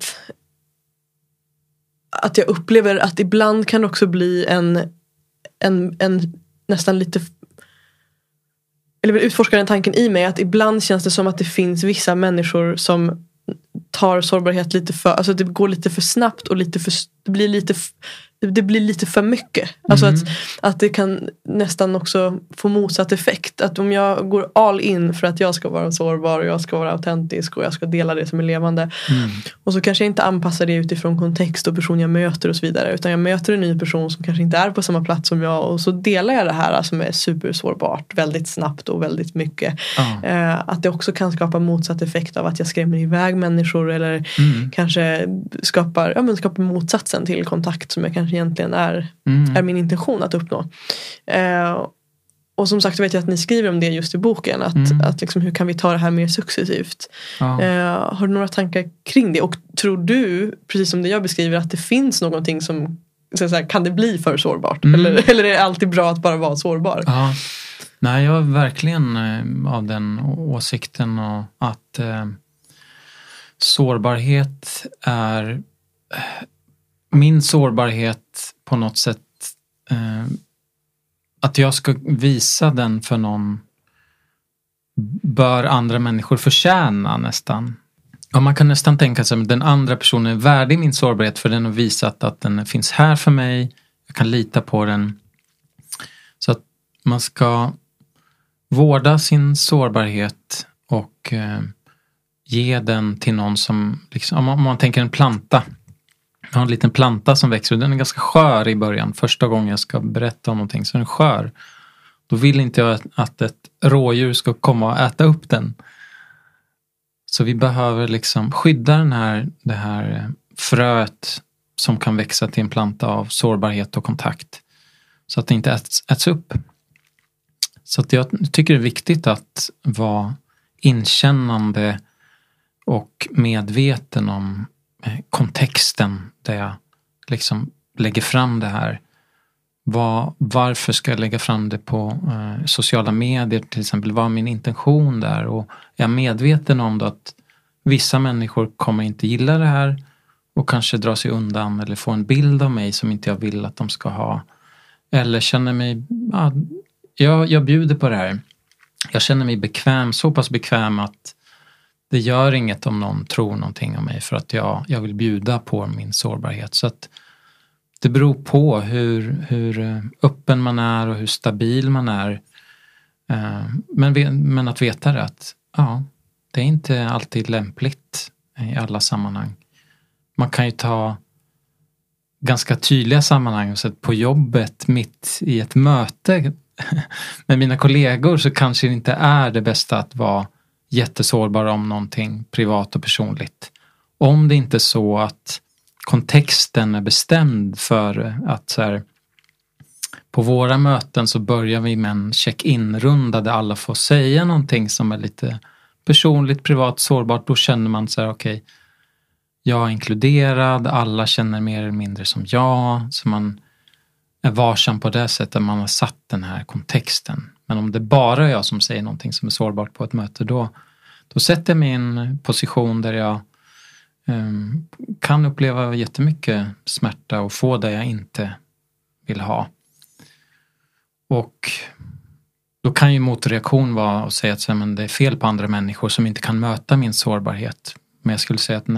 att jag upplever att ibland kan det också bli en nästan lite, eller vill utforska den tanken i mig, att ibland känns det som att det finns vissa människor som tar sårbarhet lite för, alltså det går lite för snabbt och det blir lite för mycket. Alltså att det kan nästan också få motsatt effekt. Att om jag går all in för att jag ska vara sårbar och jag ska vara autentisk och jag ska dela det som är levande. Och så kanske jag inte anpassar det utifrån kontext och person jag möter och så vidare. Utan jag möter en ny person som kanske inte är på samma plats som jag. Och så delar jag det här som är supersårbart väldigt snabbt och väldigt mycket. Att det också kan skapa motsatt effekt av att jag skrämmer iväg människor. Eller kanske skapar motsatsen till kontakt som jag kanske egentligen är min intention att uppnå. Och som sagt, jag vet att ni skriver om det just i boken. Att liksom, hur kan vi ta det här mer successivt? Har du några tankar kring det? Och tror du, precis som det jag beskriver, att det finns någonting som så här, kan det bli för sårbart? Eller är det alltid bra att bara vara sårbar? Nej, jag är verkligen av den åsikten och att sårbarhet är min sårbarhet på något sätt, att jag ska visa den för någon, bör andra människor förtjäna nästan. Och man kan nästan tänka sig att den andra personen är värdig min sårbarhet för den har visat att den finns här för mig. Jag kan lita på den. Så att man ska vårda sin sårbarhet och ge den till någon som, liksom, om man tänker en planta. Jag har en liten planta som växer och den är ganska skör i början. Första gången jag ska berätta om någonting så är den skör. Då vill inte jag att ett rådjur ska komma och äta upp den. Så vi behöver liksom skydda det här fröet som kan växa till en planta av sårbarhet och kontakt. Så att det inte äts upp. Så att jag tycker det är viktigt att vara inkännande och medveten om kontexten där jag liksom lägger fram det här. Varför ska jag lägga fram det på sociala medier till exempel? Vad är min intention där? Och jag är medveten om att vissa människor kommer inte gilla det här och kanske dra sig undan eller få en bild av mig som inte jag vill att de ska ha. Eller känner mig, jag bjuder på det här. Jag känner mig bekväm, så pass bekväm att det gör inget om någon tror någonting om mig för att jag vill bjuda på min sårbarhet. Så att det beror på hur öppen man är och hur stabil man är. Men att veta det att det är inte alltid lämpligt i alla sammanhang. Man kan ju ta ganska tydliga sammanhang, så att på jobbet mitt i ett möte med mina kollegor så kanske det inte är det bästa att vara jättesårbar om någonting privat och personligt. Om det inte är så att kontexten är bestämd för att så här, på våra möten så börjar vi med en check-in-runda där alla får säga någonting som är lite personligt, privat, sårbart. Då känner man så här, okej, jag är inkluderad, alla känner mer eller mindre som jag. Så man är varsam på det sättet, man har satt den här kontexten. Men om det bara är jag som säger någonting som är sårbart på ett möte, då sätter jag mig i en position där jag kan uppleva jättemycket smärta och få det jag inte vill ha. Och då kan ju motreaktion vara att säga att men det är fel på andra människor som inte kan möta min sårbarhet. Men jag skulle säga att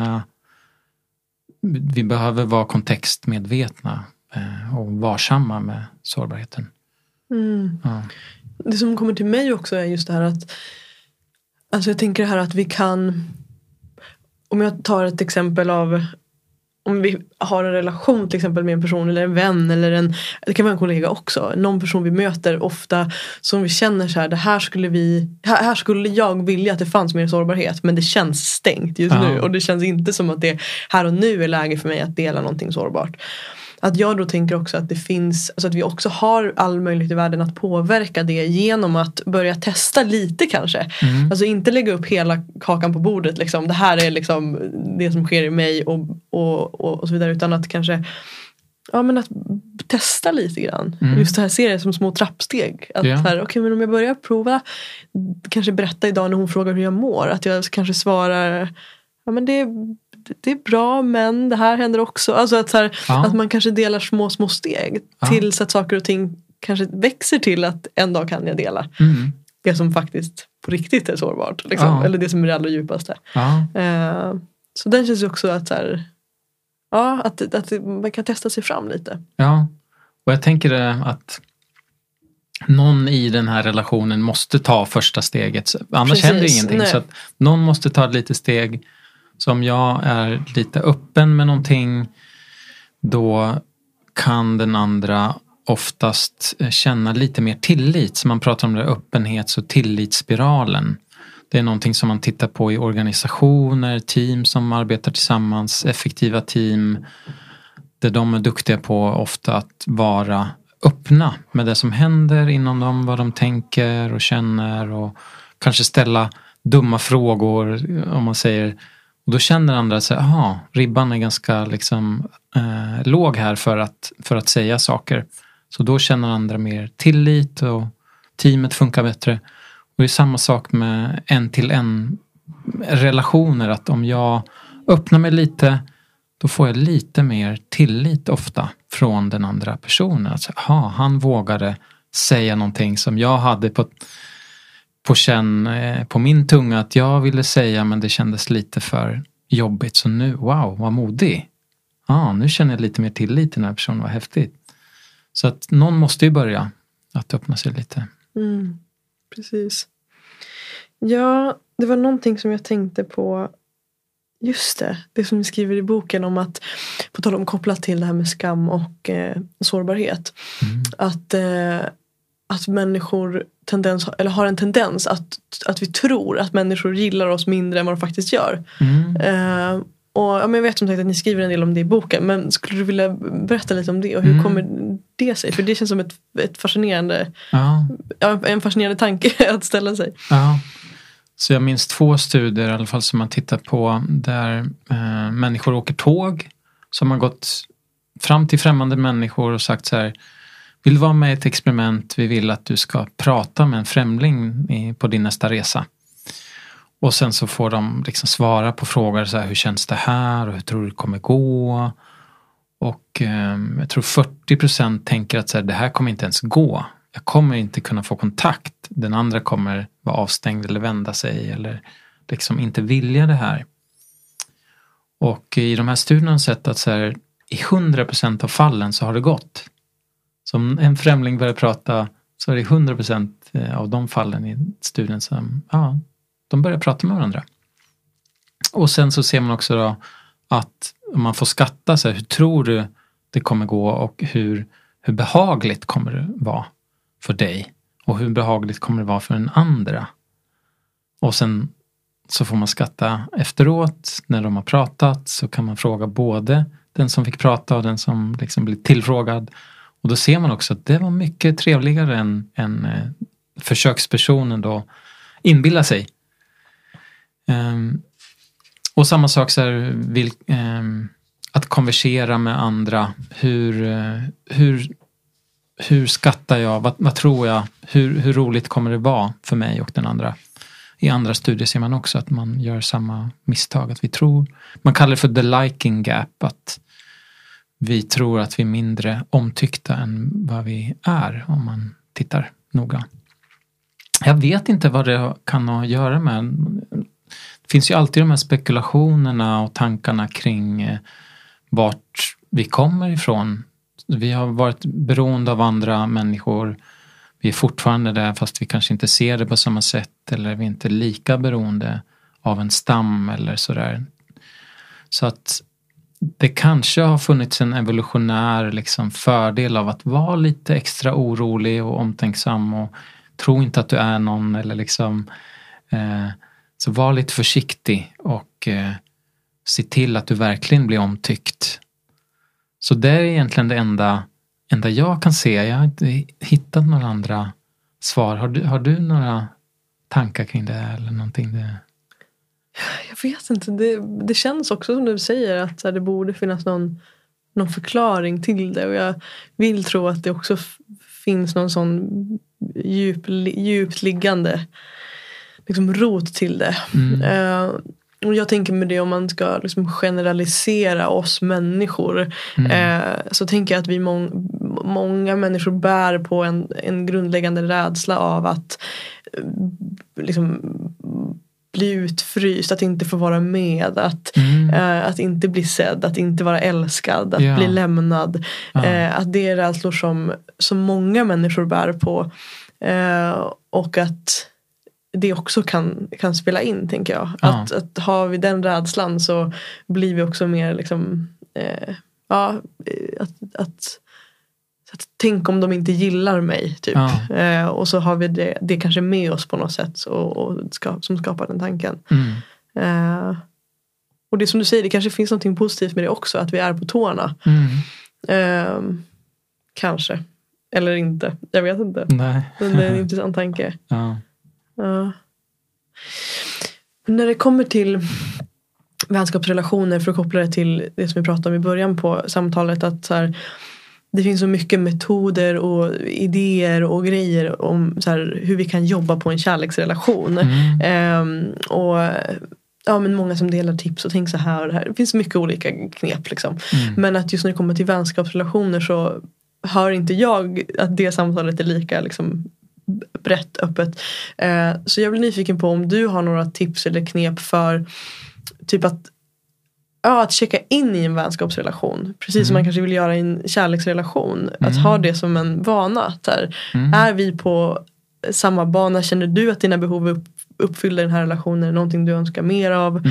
vi behöver vara kontextmedvetna och varsamma med sårbarheten. Ja. Det som kommer till mig också är just det här att, alltså jag tänker det här att vi kan, om jag tar ett exempel av, om vi har en relation till exempel med en person eller en vän eller det kan vara en kollega också, någon person vi möter ofta som vi känner så här, här skulle jag vilja att det fanns mer sårbarhet, men det känns stängt just nu och det känns inte som att det här och nu är läge för mig att dela någonting sårbart. Att jag då tänker också att det finns, alltså att vi också har all möjlighet i världen att påverka det genom att börja testa lite kanske. Alltså inte lägga upp hela kakan på bordet liksom. Det här är liksom det som sker i mig och så vidare, utan att kanske men att testa lite grann. Just det här ser jag som små trappsteg. Att här, okej, men om jag börjar prova, kanske berätta idag när hon frågar hur jag mår, att jag kanske svarar, men det är bra, men det här händer också. Alltså att, så här, att man kanske delar små steg tills att saker och ting kanske växer till att en dag kan jag dela det som faktiskt på riktigt är sårbart. Liksom. Eller det som är det allra djupaste. Så den känns också att, så här, att man kan testa sig fram lite. Ja, och jag tänker att någon i den här relationen måste ta första steget. Annars händer ingenting. Nej. Så att någon måste ta ett litet steg. Så om jag är lite öppen med någonting, då kan den andra oftast känna lite mer tillit. Så man pratar om det öppenhets- och tillitsspiralen. Det är någonting som man tittar på i organisationer, team som arbetar tillsammans, effektiva team. Där de är duktiga på ofta att vara öppna med det som händer inom dem, vad de tänker och känner. Och kanske ställa dumma frågor om man säger. Och då känner andra sig, ribban är ganska liksom, låg här för att säga saker. Så då känner andra mer tillit och teamet funkar bättre. Och det är samma sak med en-till-en relationer. Att om jag öppnar mig lite, då får jag lite mer tillit ofta från den andra personen. Alltså, han vågade säga någonting som jag hade på min tunga att jag ville säga, men det kändes lite för jobbigt. Så nu, wow, vad modig. Nu känner jag lite mer tillit till den här personen, vad häftigt. Så att någon måste ju börja att öppna sig lite. Precis. Ja, det var någonting som jag tänkte på. Just det som ni skriver i boken om att, på tal om kopplat till det här med skam och sårbarhet. Att människor har en tendens att vi tror att människor gillar oss mindre än vad de faktiskt gör. Och jag vet som sagt att ni skriver en del om det i boken, men skulle du vilja berätta lite om det och hur kommer det sig? För det känns som ett fascinerande en fascinerande tanke att ställa sig. Så jag minns 2 studier i alla fall som man tittar på där människor åker tåg, som har gått fram till främmande människor och sagt så här: vill du vara med i ett experiment? Vi vill att du ska prata med en främling på din nästa resa. Och sen så får de liksom svara på frågor så här: hur känns det här? Och hur tror du det kommer gå? Och jag tror 40% tänker att så här, det här kommer inte ens gå. Jag kommer inte kunna få kontakt. Den andra kommer vara avstängd eller vända sig eller liksom inte vilja det här. Och i de här studierna har jag sett att så här, i 100% av fallen så har det gått. Så om en främling börjar prata så är det 100% av de fallen i studien som de börjar prata med varandra. Och sen så ser man också då att man får skatta sig, hur tror du det kommer gå och hur behagligt kommer det vara för dig och hur behagligt kommer det vara för den andra. Och sen så får man skatta efteråt när de har pratat, så kan man fråga både den som fick prata och den som liksom blir tillfrågad. Och då ser man också att det var mycket trevligare än försökspersonen då inbillar sig. Och samma sak så här, att konversera med andra. Hur skattar jag? Vad tror jag? Hur roligt kommer det vara för mig och den andra? I andra studier ser man också att man gör samma misstag. Att vi tror, man kallar det för the liking gap. Att vi tror att vi är mindre omtyckta än vad vi är om man tittar noga. Jag vet inte vad det kan ha att göra med. Det finns ju alltid de här spekulationerna och tankarna kring vart vi kommer ifrån. Vi har varit beroende av andra människor. Vi är fortfarande där fast vi kanske inte ser det på samma sätt. Eller vi är inte lika beroende av en stam eller sådär. Så att det kanske har funnits en evolutionär liksom fördel av att vara lite extra orolig och omtänksam. Och tro inte att du är någon eller liksom... Så var lite försiktig och se till att du verkligen blir omtyckt. Så det är egentligen det enda jag kan se. Jag har inte hittat några andra svar. Har du några tankar kring det eller någonting? Jag vet inte. Det känns också som du säger att så här, det borde finnas någon förklaring till det. Och jag vill tro att det också finns någon sån djupt liggande liksom rot till det. Och jag tänker med det, om man ska liksom generalisera oss människor, så tänker jag att vi många människor bär på en grundläggande rädsla av att liksom bli utfryst, att inte få vara med, att inte bli sedd, att inte vara älskad, att bli lämnad. Att det är rädslor som många människor bär på, och att det också kan spela in, tänker jag. Att har vi den rädslan så blir vi också mer liksom att tänk om de inte gillar mig typ. Och så har vi det kanske med oss på något sätt som skapar den tanken. Och det som du säger, det kanske finns något positivt med det också, att vi är på tårna. Kanske. Eller inte. Jag vet inte. Nej. Men det är en intressant tanke. När det kommer till vänskapsrelationer, för att koppla det till det som vi pratade om i början på samtalet, att så här, det finns så mycket metoder och idéer och grejer om så här, hur vi kan jobba på en kärleksrelation. Men många som delar tips och tänker så här och det här. Det finns mycket olika knep liksom. Men att just när det kommer till vänskapsrelationer så hör inte jag att det samtalet är lika liksom brett öppet. Så jag blir nyfiken på om du har några tips eller knep för typ att checka in i en vänskapsrelation. Precis som man kanske vill göra i en kärleksrelation. Att ha det som en vana. Är vi på samma bana? Känner du att dina behov är uppfyllda i den här relationen? Någonting du önskar mer av?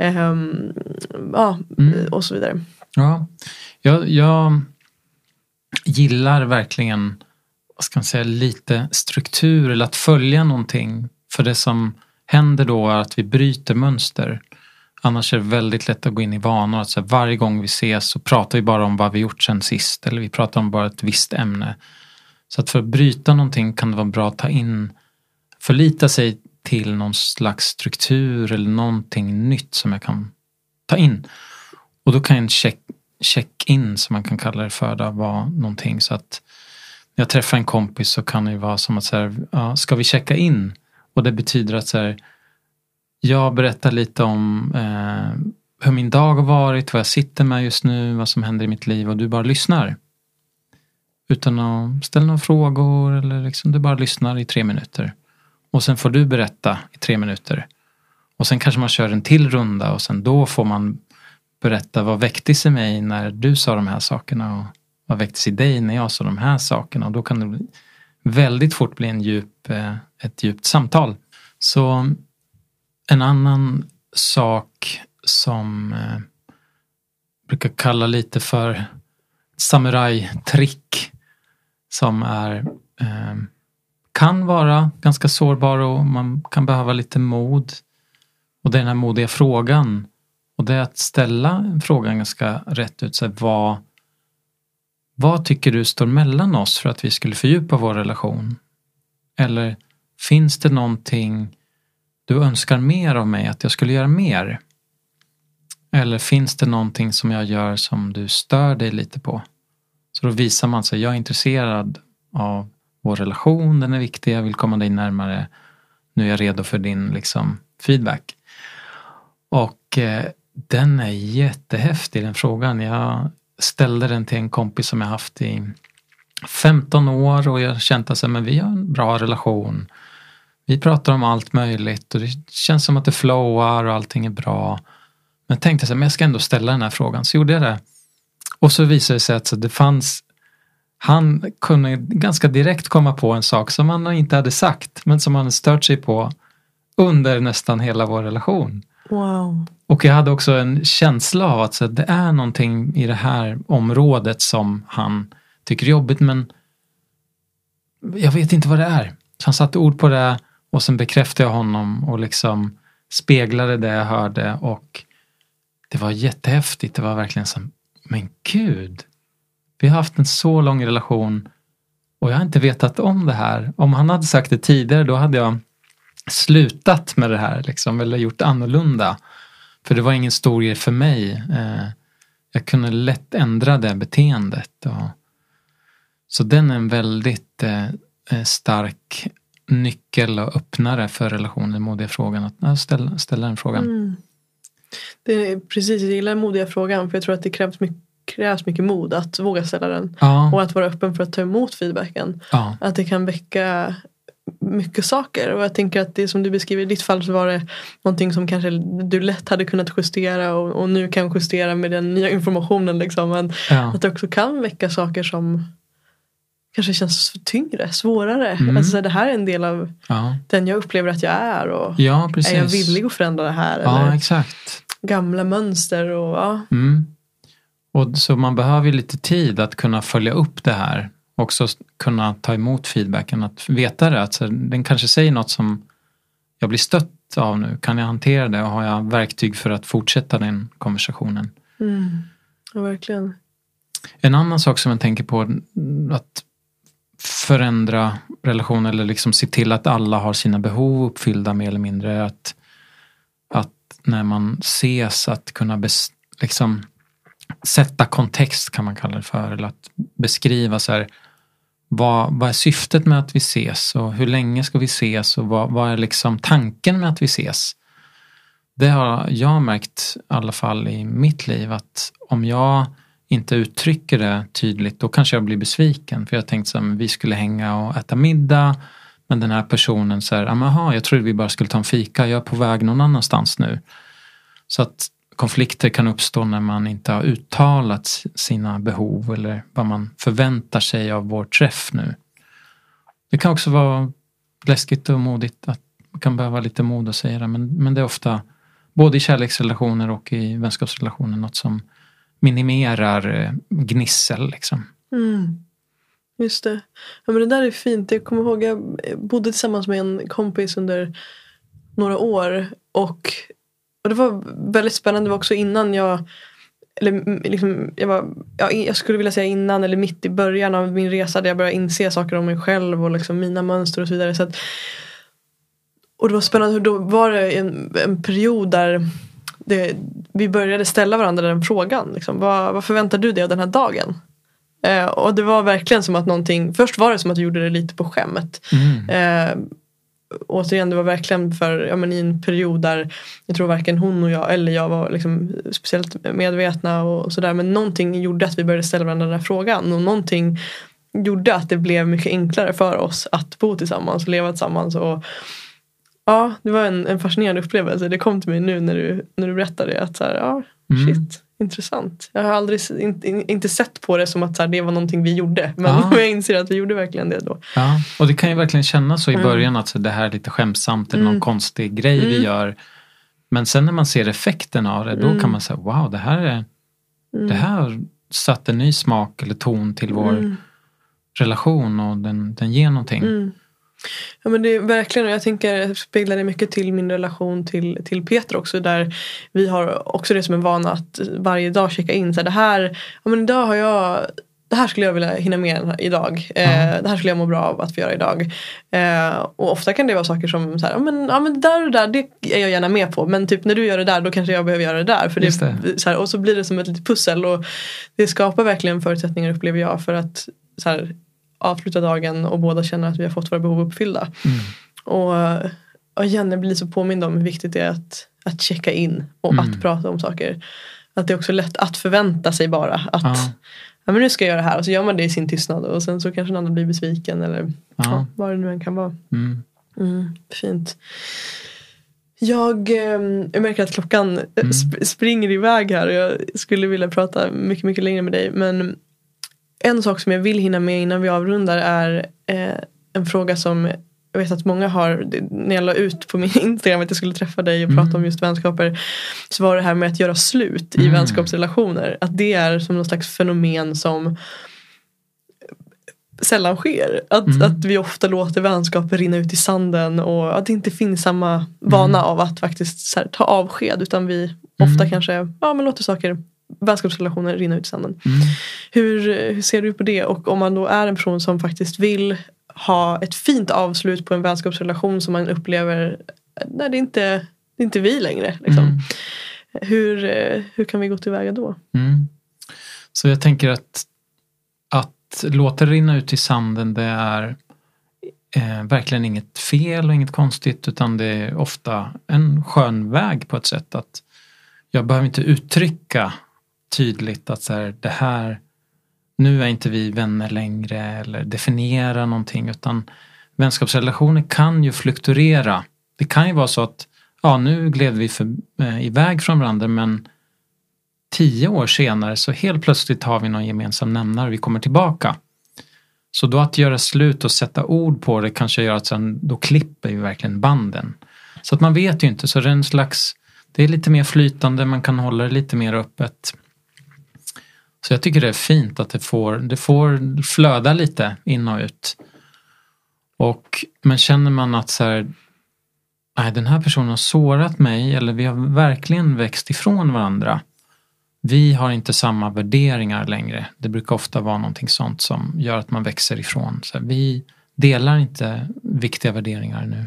Och så vidare. Ja, jag gillar verkligen, vad ska man säga, lite struktur eller att följa någonting. För det som händer då är att vi bryter mönster. Annars är det väldigt lätt att gå in i vanor. Alltså varje gång vi ses så pratar vi bara om vad vi gjort sen sist. Eller vi pratar om bara ett visst ämne. Så att för att bryta någonting kan det vara bra att förlita sig till någon slags struktur eller någonting nytt som jag kan ta in. Och då kan en check-in, som man kan kalla det för, vara någonting. Så att när jag träffar en kompis så kan det vara som att så här, ska vi checka in? Och det betyder att så här, jag berättar lite om hur min dag har varit, vad jag sitter med just nu, vad som händer i mitt liv, och du bara lyssnar. Utan att ställa några frågor, eller liksom, du bara lyssnar i 3 minuter. Och sen får du berätta i 3 minuter. Och sen kanske man kör en till runda, och sen då får man berätta vad väcktes i mig när du sa de här sakerna, och vad väcktes i dig när jag sa de här sakerna. Och då kan det väldigt fort bli ett djupt samtal. Så en annan sak som brukar kalla lite för samurajtrick, som kan vara ganska sårbar och man kan behöva lite mod. Och det är den här modiga frågan. Och det är att ställa frågan ganska rätt ut. Så vad tycker du står mellan oss för att vi skulle fördjupa vår relation? Eller finns det någonting du önskar mer av mig, att jag skulle göra mer? Eller finns det någonting som jag gör som du stör dig lite på? Så då visar man sig, jag är intresserad av vår relation, den är viktig, jag vill komma dig närmare. Nu är jag redo för din feedback. Och den är jättehäftig, den frågan. Jag ställde den till en kompis som jag haft i 15 år och jag kände att men vi har en bra relation. Vi pratar om allt möjligt och det känns som att det flowar och allting är bra. Men jag tänkte men jag ska ändå ställa den här frågan. Så gjorde jag det. Och så visade det sig att det fanns, han kunde ganska direkt komma på en sak som han inte hade sagt, men som han hade stört sig på under nästan hela vår relation. Wow. Och jag hade också en känsla av att det är någonting i det här området som han tycker är jobbigt, men jag vet inte vad det är. Så han satte ord på det och sen bekräftade jag honom och speglade det jag hörde, och det var jättehäftigt. Det var verkligen som, men gud, vi har haft en så lång relation och jag har inte vetat om det här. Om han hade sagt det tidigare, då hade jag slutat med det här eller gjort annorlunda. För det var ingen stor grej för mig. Jag kunde lätt ändra det beteendet. Så den är en väldigt stark nyckel och öppnare för relationen, den modiga frågan. Att ställa den frågan. Mm. Det är precis, jag gillar den modiga frågan, för jag tror att det krävs mycket mod att våga ställa den. Ja. Och att vara öppen för att ta emot feedbacken. Ja. Att det kan väcka mycket saker. Och jag tänker att det som du beskriver i ditt fall, så var det någonting som kanske du lätt hade kunnat justera och nu kan justera med den nya informationen. Men att det också kan väcka saker som kanske känns tyngre, svårare. Alltså det här är en del av den jag upplever att jag är. Och är jag villig att förändra det här? Ja, eller exakt. Gamla mönster och Och så man behöver ju lite tid att kunna följa upp det här. Också kunna ta emot feedbacken. Att veta det. Att den kanske säger något som jag blir stött av nu. Kan jag hantera det? Och har jag verktyg för att fortsätta den konversationen? Ja, verkligen. En annan sak som jag tänker på. Att förändra relationer. Eller se till att alla har sina behov uppfyllda mer eller mindre. Att när man ses, att kunna sätta kontext, kan man kalla det för, eller att beskriva vad är syftet med att vi ses och hur länge ska vi ses och vad är tanken med att vi ses. Det har jag märkt i alla fall i mitt liv, att om jag inte uttrycker det tydligt, då kanske jag blir besviken, för jag tänkte vi skulle hänga och äta middag, men den här personen jag trodde vi bara skulle ta en fika, jag är på väg någon annanstans nu. Så att konflikter kan uppstå när man inte har uttalat sina behov eller vad man förväntar sig av vår träff nu. Det kan också vara läskigt och modigt, att man kan behöva lite mod att säga det, men det är ofta både i kärleksrelationer och i vänskapsrelationer något som minimerar gnissel. Just det. Ja, men det där är fint. Jag kommer ihåg, jag bodde tillsammans med en kompis under några år, och det var väldigt spännande. Det var också innan jag skulle vilja säga innan eller mitt i början av min resa, där jag började inse saker om mig själv och mina mönster och så vidare. Och det var spännande. Då var det en period där vi började ställa varandra den frågan. Vad förväntar du dig av den här dagen? Och det var verkligen som att någonting. Först var det som att jag gjorde det lite på skämmet. Återigen, det var verkligen i en period där jag tror varken hon och jag eller jag var speciellt medvetna och sådär, men någonting gjorde att vi började ställa varandra den här frågan, och någonting gjorde att det blev mycket enklare för oss att bo tillsammans och leva tillsammans. Och det var en fascinerande upplevelse. Det kom till mig nu när du berättade att shit, intressant. Jag har aldrig inte sett på det som att så här, det var någonting vi gjorde. Men jag inser att vi gjorde verkligen det då. Ja, och det kan ju verkligen kännas så i början att så, det här är lite skämsamt eller någon konstig grej vi gör. Men sen när man ser effekten av det, då kan man säga wow, det här satt en ny smak eller ton till vår relation och den ger någonting. Ja, men det är verkligen, och jag tänker speglar det mycket till min relation till Peter också, där vi har också det som en vana att varje dag checka in så här, det här skulle jag vilja hinna med idag. Det här skulle jag må bra av att få göra idag. Och ofta kan det vara saker som så här, men där och där, det är jag gärna med på. Men typ när du gör det där, då kanske jag behöver göra det där. För det. Så här, och så blir det som ett litet pussel. Och det skapar verkligen förutsättningar, upplever jag, för att så här, avsluta dagen och båda känner att vi har fått våra behov uppfyllda. Och igen, jag blir så påmind om hur viktigt det är att checka in och att prata om saker. Att det är också lätt att förvänta sig bara att ja, men nu ska jag göra det här, och så gör man det i sin tystnad och sen så kanske någon annan blir besviken eller vad det nu än kan vara. Fint. Jag märker att klockan springer iväg här och jag skulle vilja prata mycket, mycket längre med dig, men en sak som jag vill hinna med innan vi avrundar är en fråga som jag vet att många har, när jag la ut på min Instagram att jag skulle träffa dig och prata om just vänskaper, så var det här med att göra slut i vänskapsrelationer. Att det är som någon slags fenomen som sällan sker. Att vi ofta låter vänskaper rinna ut i sanden och att det inte finns samma vana av att faktiskt så här, ta avsked, utan vi ofta kanske låter vänskapsrelationer rinna ut i sanden. Hur ser du på det? Och om man då är en person som faktiskt vill ha ett fint avslut på en vänskapsrelation som man upplever, nej, det är inte vi längre liksom. Hur kan vi gå tillväga då? Så jag tänker att låta det rinna ut i sanden, det är verkligen inget fel och inget konstigt, utan det är ofta en skön väg på ett sätt. Att jag behöver inte uttrycka tydligt att så här, det här, nu är inte vi vänner längre, eller definiera någonting, utan vänskapsrelationer kan ju fluktuera. Det kan ju vara så att nu gled vi iväg från varandra, men 10 år senare så helt plötsligt har vi någon gemensam nämnare och vi kommer tillbaka. Så då att göra slut och sätta ord på det kanske gör att sen, då klipper vi verkligen banden. Så att man vet ju inte, så det är en slags, det är lite mer flytande, man kan hålla det lite mer öppet. Så jag tycker det är fint att det får flöda lite in och ut. Men känner man att så här, nej, den här personen har sårat mig, eller vi har verkligen växt ifrån varandra. Vi har inte samma värderingar längre. Det brukar ofta vara någonting sånt som gör att man växer ifrån. Så här, vi delar inte viktiga värderingar nu.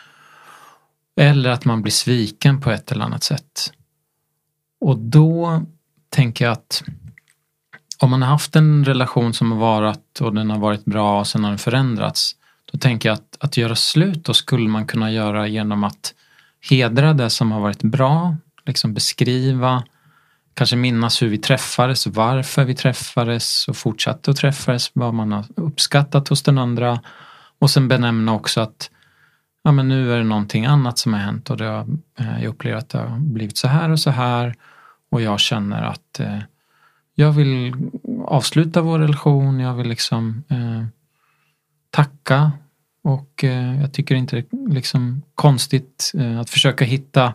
Eller att man blir sviken på ett eller annat sätt. Och då tänker jag att om man har haft en relation som har varit och den har varit bra och sen har den förändrats, då tänker jag att göra slut då skulle man kunna göra genom att hedra det som har varit bra, liksom beskriva, kanske minnas hur vi träffades, varför vi träffades och fortsatte att träffades, vad man har uppskattat hos den andra, och sen benämna också att men nu är det någonting annat som har hänt och jag upplever att det har blivit så här och så här, och jag känner att jag vill avsluta vår relation, jag vill liksom tacka, och jag tycker inte det är liksom konstigt att försöka hitta,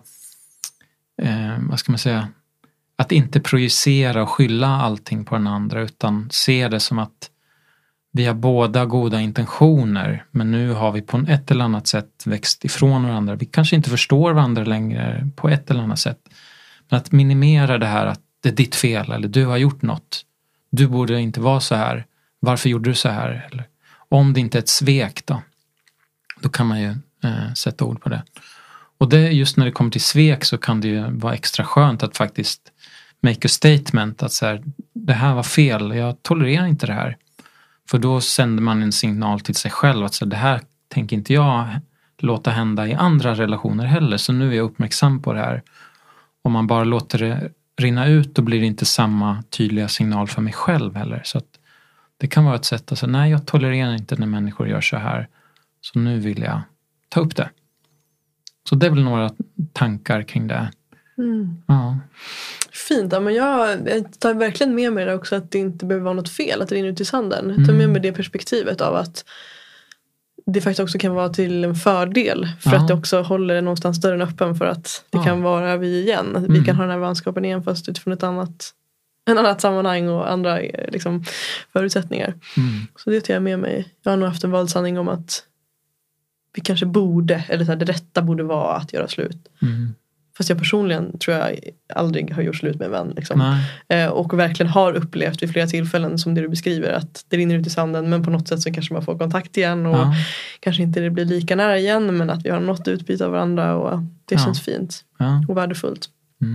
vad ska man säga, att inte projicera och skylla allting på den andra, utan se det som att vi har båda goda intentioner, men nu har vi på ett eller annat sätt växt ifrån varandra. Vi kanske inte förstår varandra längre på ett eller annat sätt, men att minimera det här att det är ditt fel, eller du har gjort något. Du borde inte vara så här. Varför gjorde du så här? Eller, om det inte är ett svek då kan man ju sätta ord på det. Och det, just när det kommer till svek, så kan det ju vara extra skönt att faktiskt make a statement. Att så här, det här var fel. Jag tolererar inte det här. För då sänder man en signal till sig själv att så här, det här tänker inte jag låta hända i andra relationer heller. Så nu är jag uppmärksam på det här. Om man bara låter det rinna ut, då blir det inte samma tydliga signal för mig själv heller. Så att det kan vara ett sätt att säga, nej, jag tolererar inte när människor gör så här. Så nu vill jag ta upp det. Så det är väl några tankar kring det. Ja. Fint, ja, men jag tar verkligen med mig det också, att det inte behöver vara något fel att det rinner ut i sanden. Jag tar med mig det perspektivet av att det faktiskt också kan vara till en fördel. För att det också håller någonstans dörren öppen för att det kan vara vi igen. Vi kan ha den här vänskapen igen fast utifrån en annat sammanhang och andra liksom, förutsättningar. Så det tar jag med mig. Jag har nog haft en valdsanning om att vi kanske borde, eller så här, det rätta borde vara att göra slut. Fast jag personligen tror jag aldrig har gjort slut med en vän. Liksom. Och verkligen har upplevt vid flera tillfällen som det du beskriver, att det rinner ut i sanden, men på något sätt så kanske man får kontakt igen och kanske inte det blir lika nära igen, men att vi har något utbyte av varandra och det känns fint och värdefullt.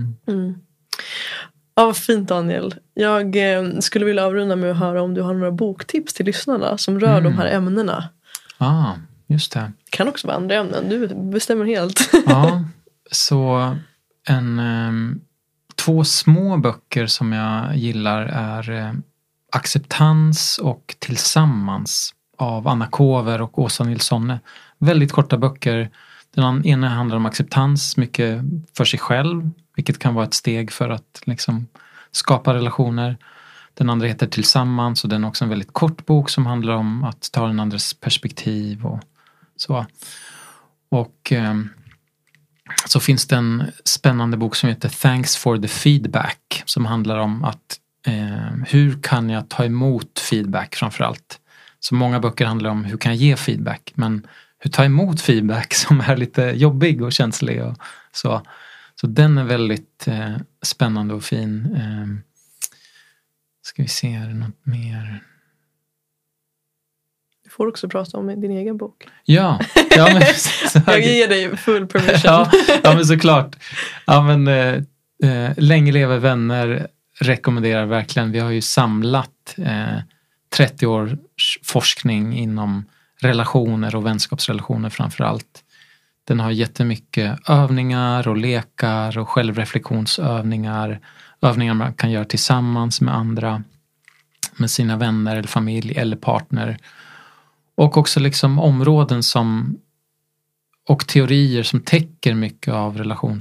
Ja, vad fint, Daniel. Jag skulle vilja avrunda med att höra om du har några boktips till lyssnarna som rör de här ämnena. Ja, just det. Det kan också vara andra ämnen, du bestämmer helt. Ja, så två små böcker som jag gillar är Acceptans och Tillsammans av Anna Kåver och Åsa Nilssonne. Väldigt korta böcker. Den ena handlar om acceptans, mycket för sig själv, vilket kan vara ett steg för att liksom skapa relationer. Den andra heter Tillsammans och den är också en väldigt kort bok som handlar om att ta den andres perspektiv och så. Och så finns det en spännande bok som heter Thanks for the feedback, som handlar om att hur kan jag ta emot feedback framförallt. Så många böcker handlar om hur kan jag ge feedback, men hur ta emot feedback som är lite jobbig och känslig och så. Så den är väldigt spännande och fin. Ska vi se, är det något mer? Du får också prata om din egen bok. Ja men, jag ger dig full permission. ja men såklart. Ja, men, Länge lever vänner rekommenderar verkligen. Vi har ju samlat 30 års forskning inom relationer och vänskapsrelationer framförallt. Den har jättemycket övningar och lekar och självreflektionsövningar. Övningar man kan göra tillsammans med andra, med sina vänner eller familj eller partner. Och också liksom områden som och teorier som täcker mycket av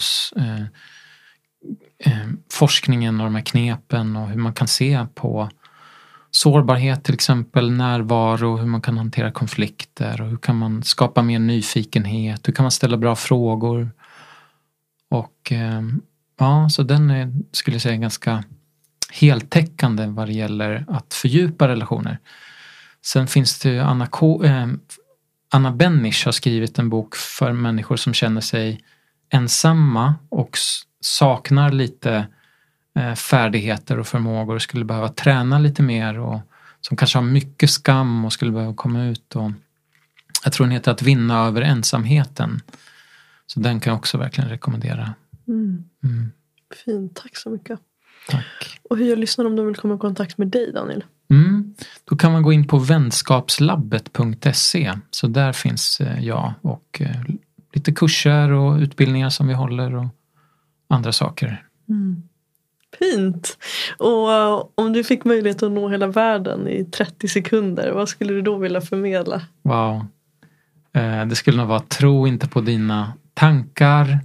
relationsforskningen och de här knepen och hur man kan se på sårbarhet, till exempel närvaro, hur man kan hantera konflikter och hur kan man skapa mer nyfikenhet, hur kan man ställa bra frågor. Och så den är, skulle jag säga, ganska heltäckande vad det gäller att fördjupa relationer. Sen finns det Anna Bennish har skrivit en bok för människor som känner sig ensamma och saknar lite färdigheter och förmågor och skulle behöva träna lite mer och som kanske har mycket skam och skulle behöva komma ut. Och jag tror den heter Att vinna över ensamheten. Så den kan jag också verkligen rekommendera. Fint, tack så mycket. Tack. Och hur jag lyssnar om de vill komma i kontakt med dig, Daniel? Då kan man gå in på vänskapslabbet.se. Så där finns jag och lite kurser och utbildningar som vi håller och andra saker. Fint. Och om du fick möjlighet att nå hela världen i 30 sekunder, vad skulle du då vilja förmedla? Wow. Det skulle nog vara: tro inte på dina tankar.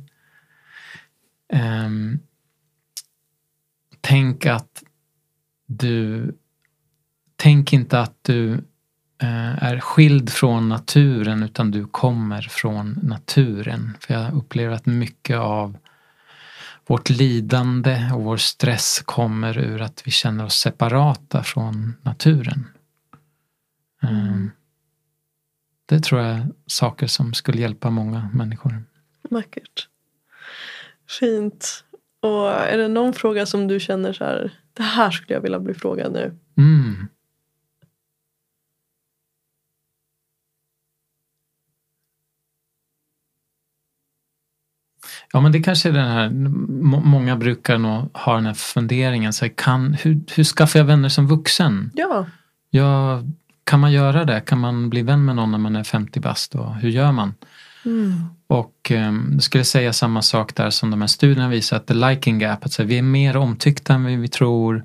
Tänk inte att du är skild från naturen, utan du kommer från naturen. För jag upplever att mycket av vårt lidande och vår stress kommer ur att vi känner oss separata från naturen. Det tror jag är saker som skulle hjälpa många människor. Vackert. Fint. Och är det någon fråga som du känner så här, det här skulle jag vilja bli frågad nu? Ja, men det kanske är den här, många brukar nog ha den här funderingen, så hur skaffar jag vänner som vuxen? Ja, kan man göra det? Kan man bli vän med någon när man är 50 bast? Och hur gör man? Och det skulle säga samma sak där som de här studierna visar, att the liking gap, att vi är mer omtyckta än vi tror.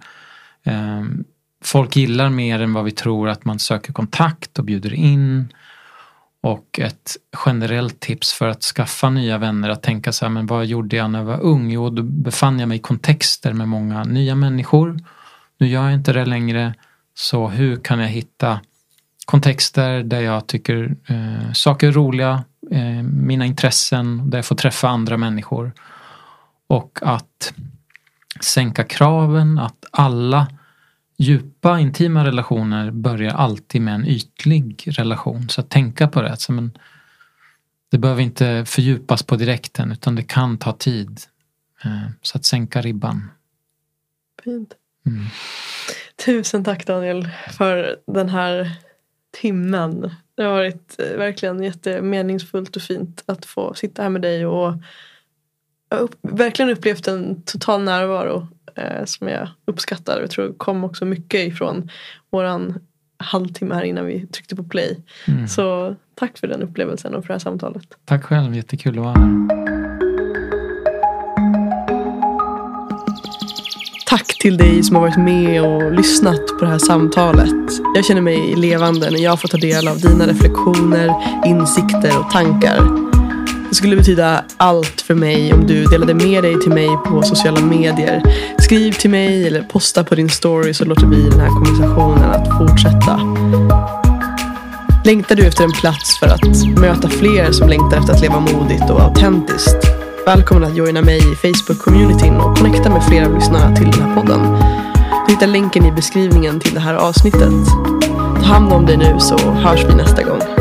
Folk gillar mer än vad vi tror, att man söker kontakt och bjuder in. Och ett generellt tips för att skaffa nya vänner, att tänka så här, men vad gjorde jag när jag var ung? Jo, då befann jag mig i kontexter med många nya människor. Nu gör jag inte det längre, så hur kan jag hitta kontexter där jag tycker saker är roliga, mina intressen, där jag får träffa andra människor. Och att sänka kraven, att alla djupa, intima relationer börjar alltid med en ytlig relation. Så att tänka på det. Det behöver inte fördjupas på direkten, utan det kan ta tid. Så att sänka ribban. Fint. Tusen tack Daniel för den här timmen. Det har varit verkligen jättemeningsfullt och fint att få sitta här med dig. Och jag har verkligen upplevt en total närvaro som jag uppskattar. Jag tror det kom också mycket ifrån våran halvtimme här innan vi tryckte på play. Så tack för den upplevelsen och för det här samtalet. Tack själv, jättekul att vara här. Tack till dig som har varit med och lyssnat på det här samtalet. Jag känner mig levande när jag får ta del av dina reflektioner, insikter och tankar. Det skulle betyda allt för mig om du delade med dig till mig på sociala medier. Skriv till mig eller posta på din story, så låter vi den här konversationen att fortsätta. Längtar du efter en plats för att möta fler som längtar efter att leva modigt och autentiskt? Välkommen att joina mig i Facebook-communityn och connecta med flera av lyssnarna till den här podden. Du hittar länken i beskrivningen till det här avsnittet. Ta hand om dig nu, så hörs vi nästa gång.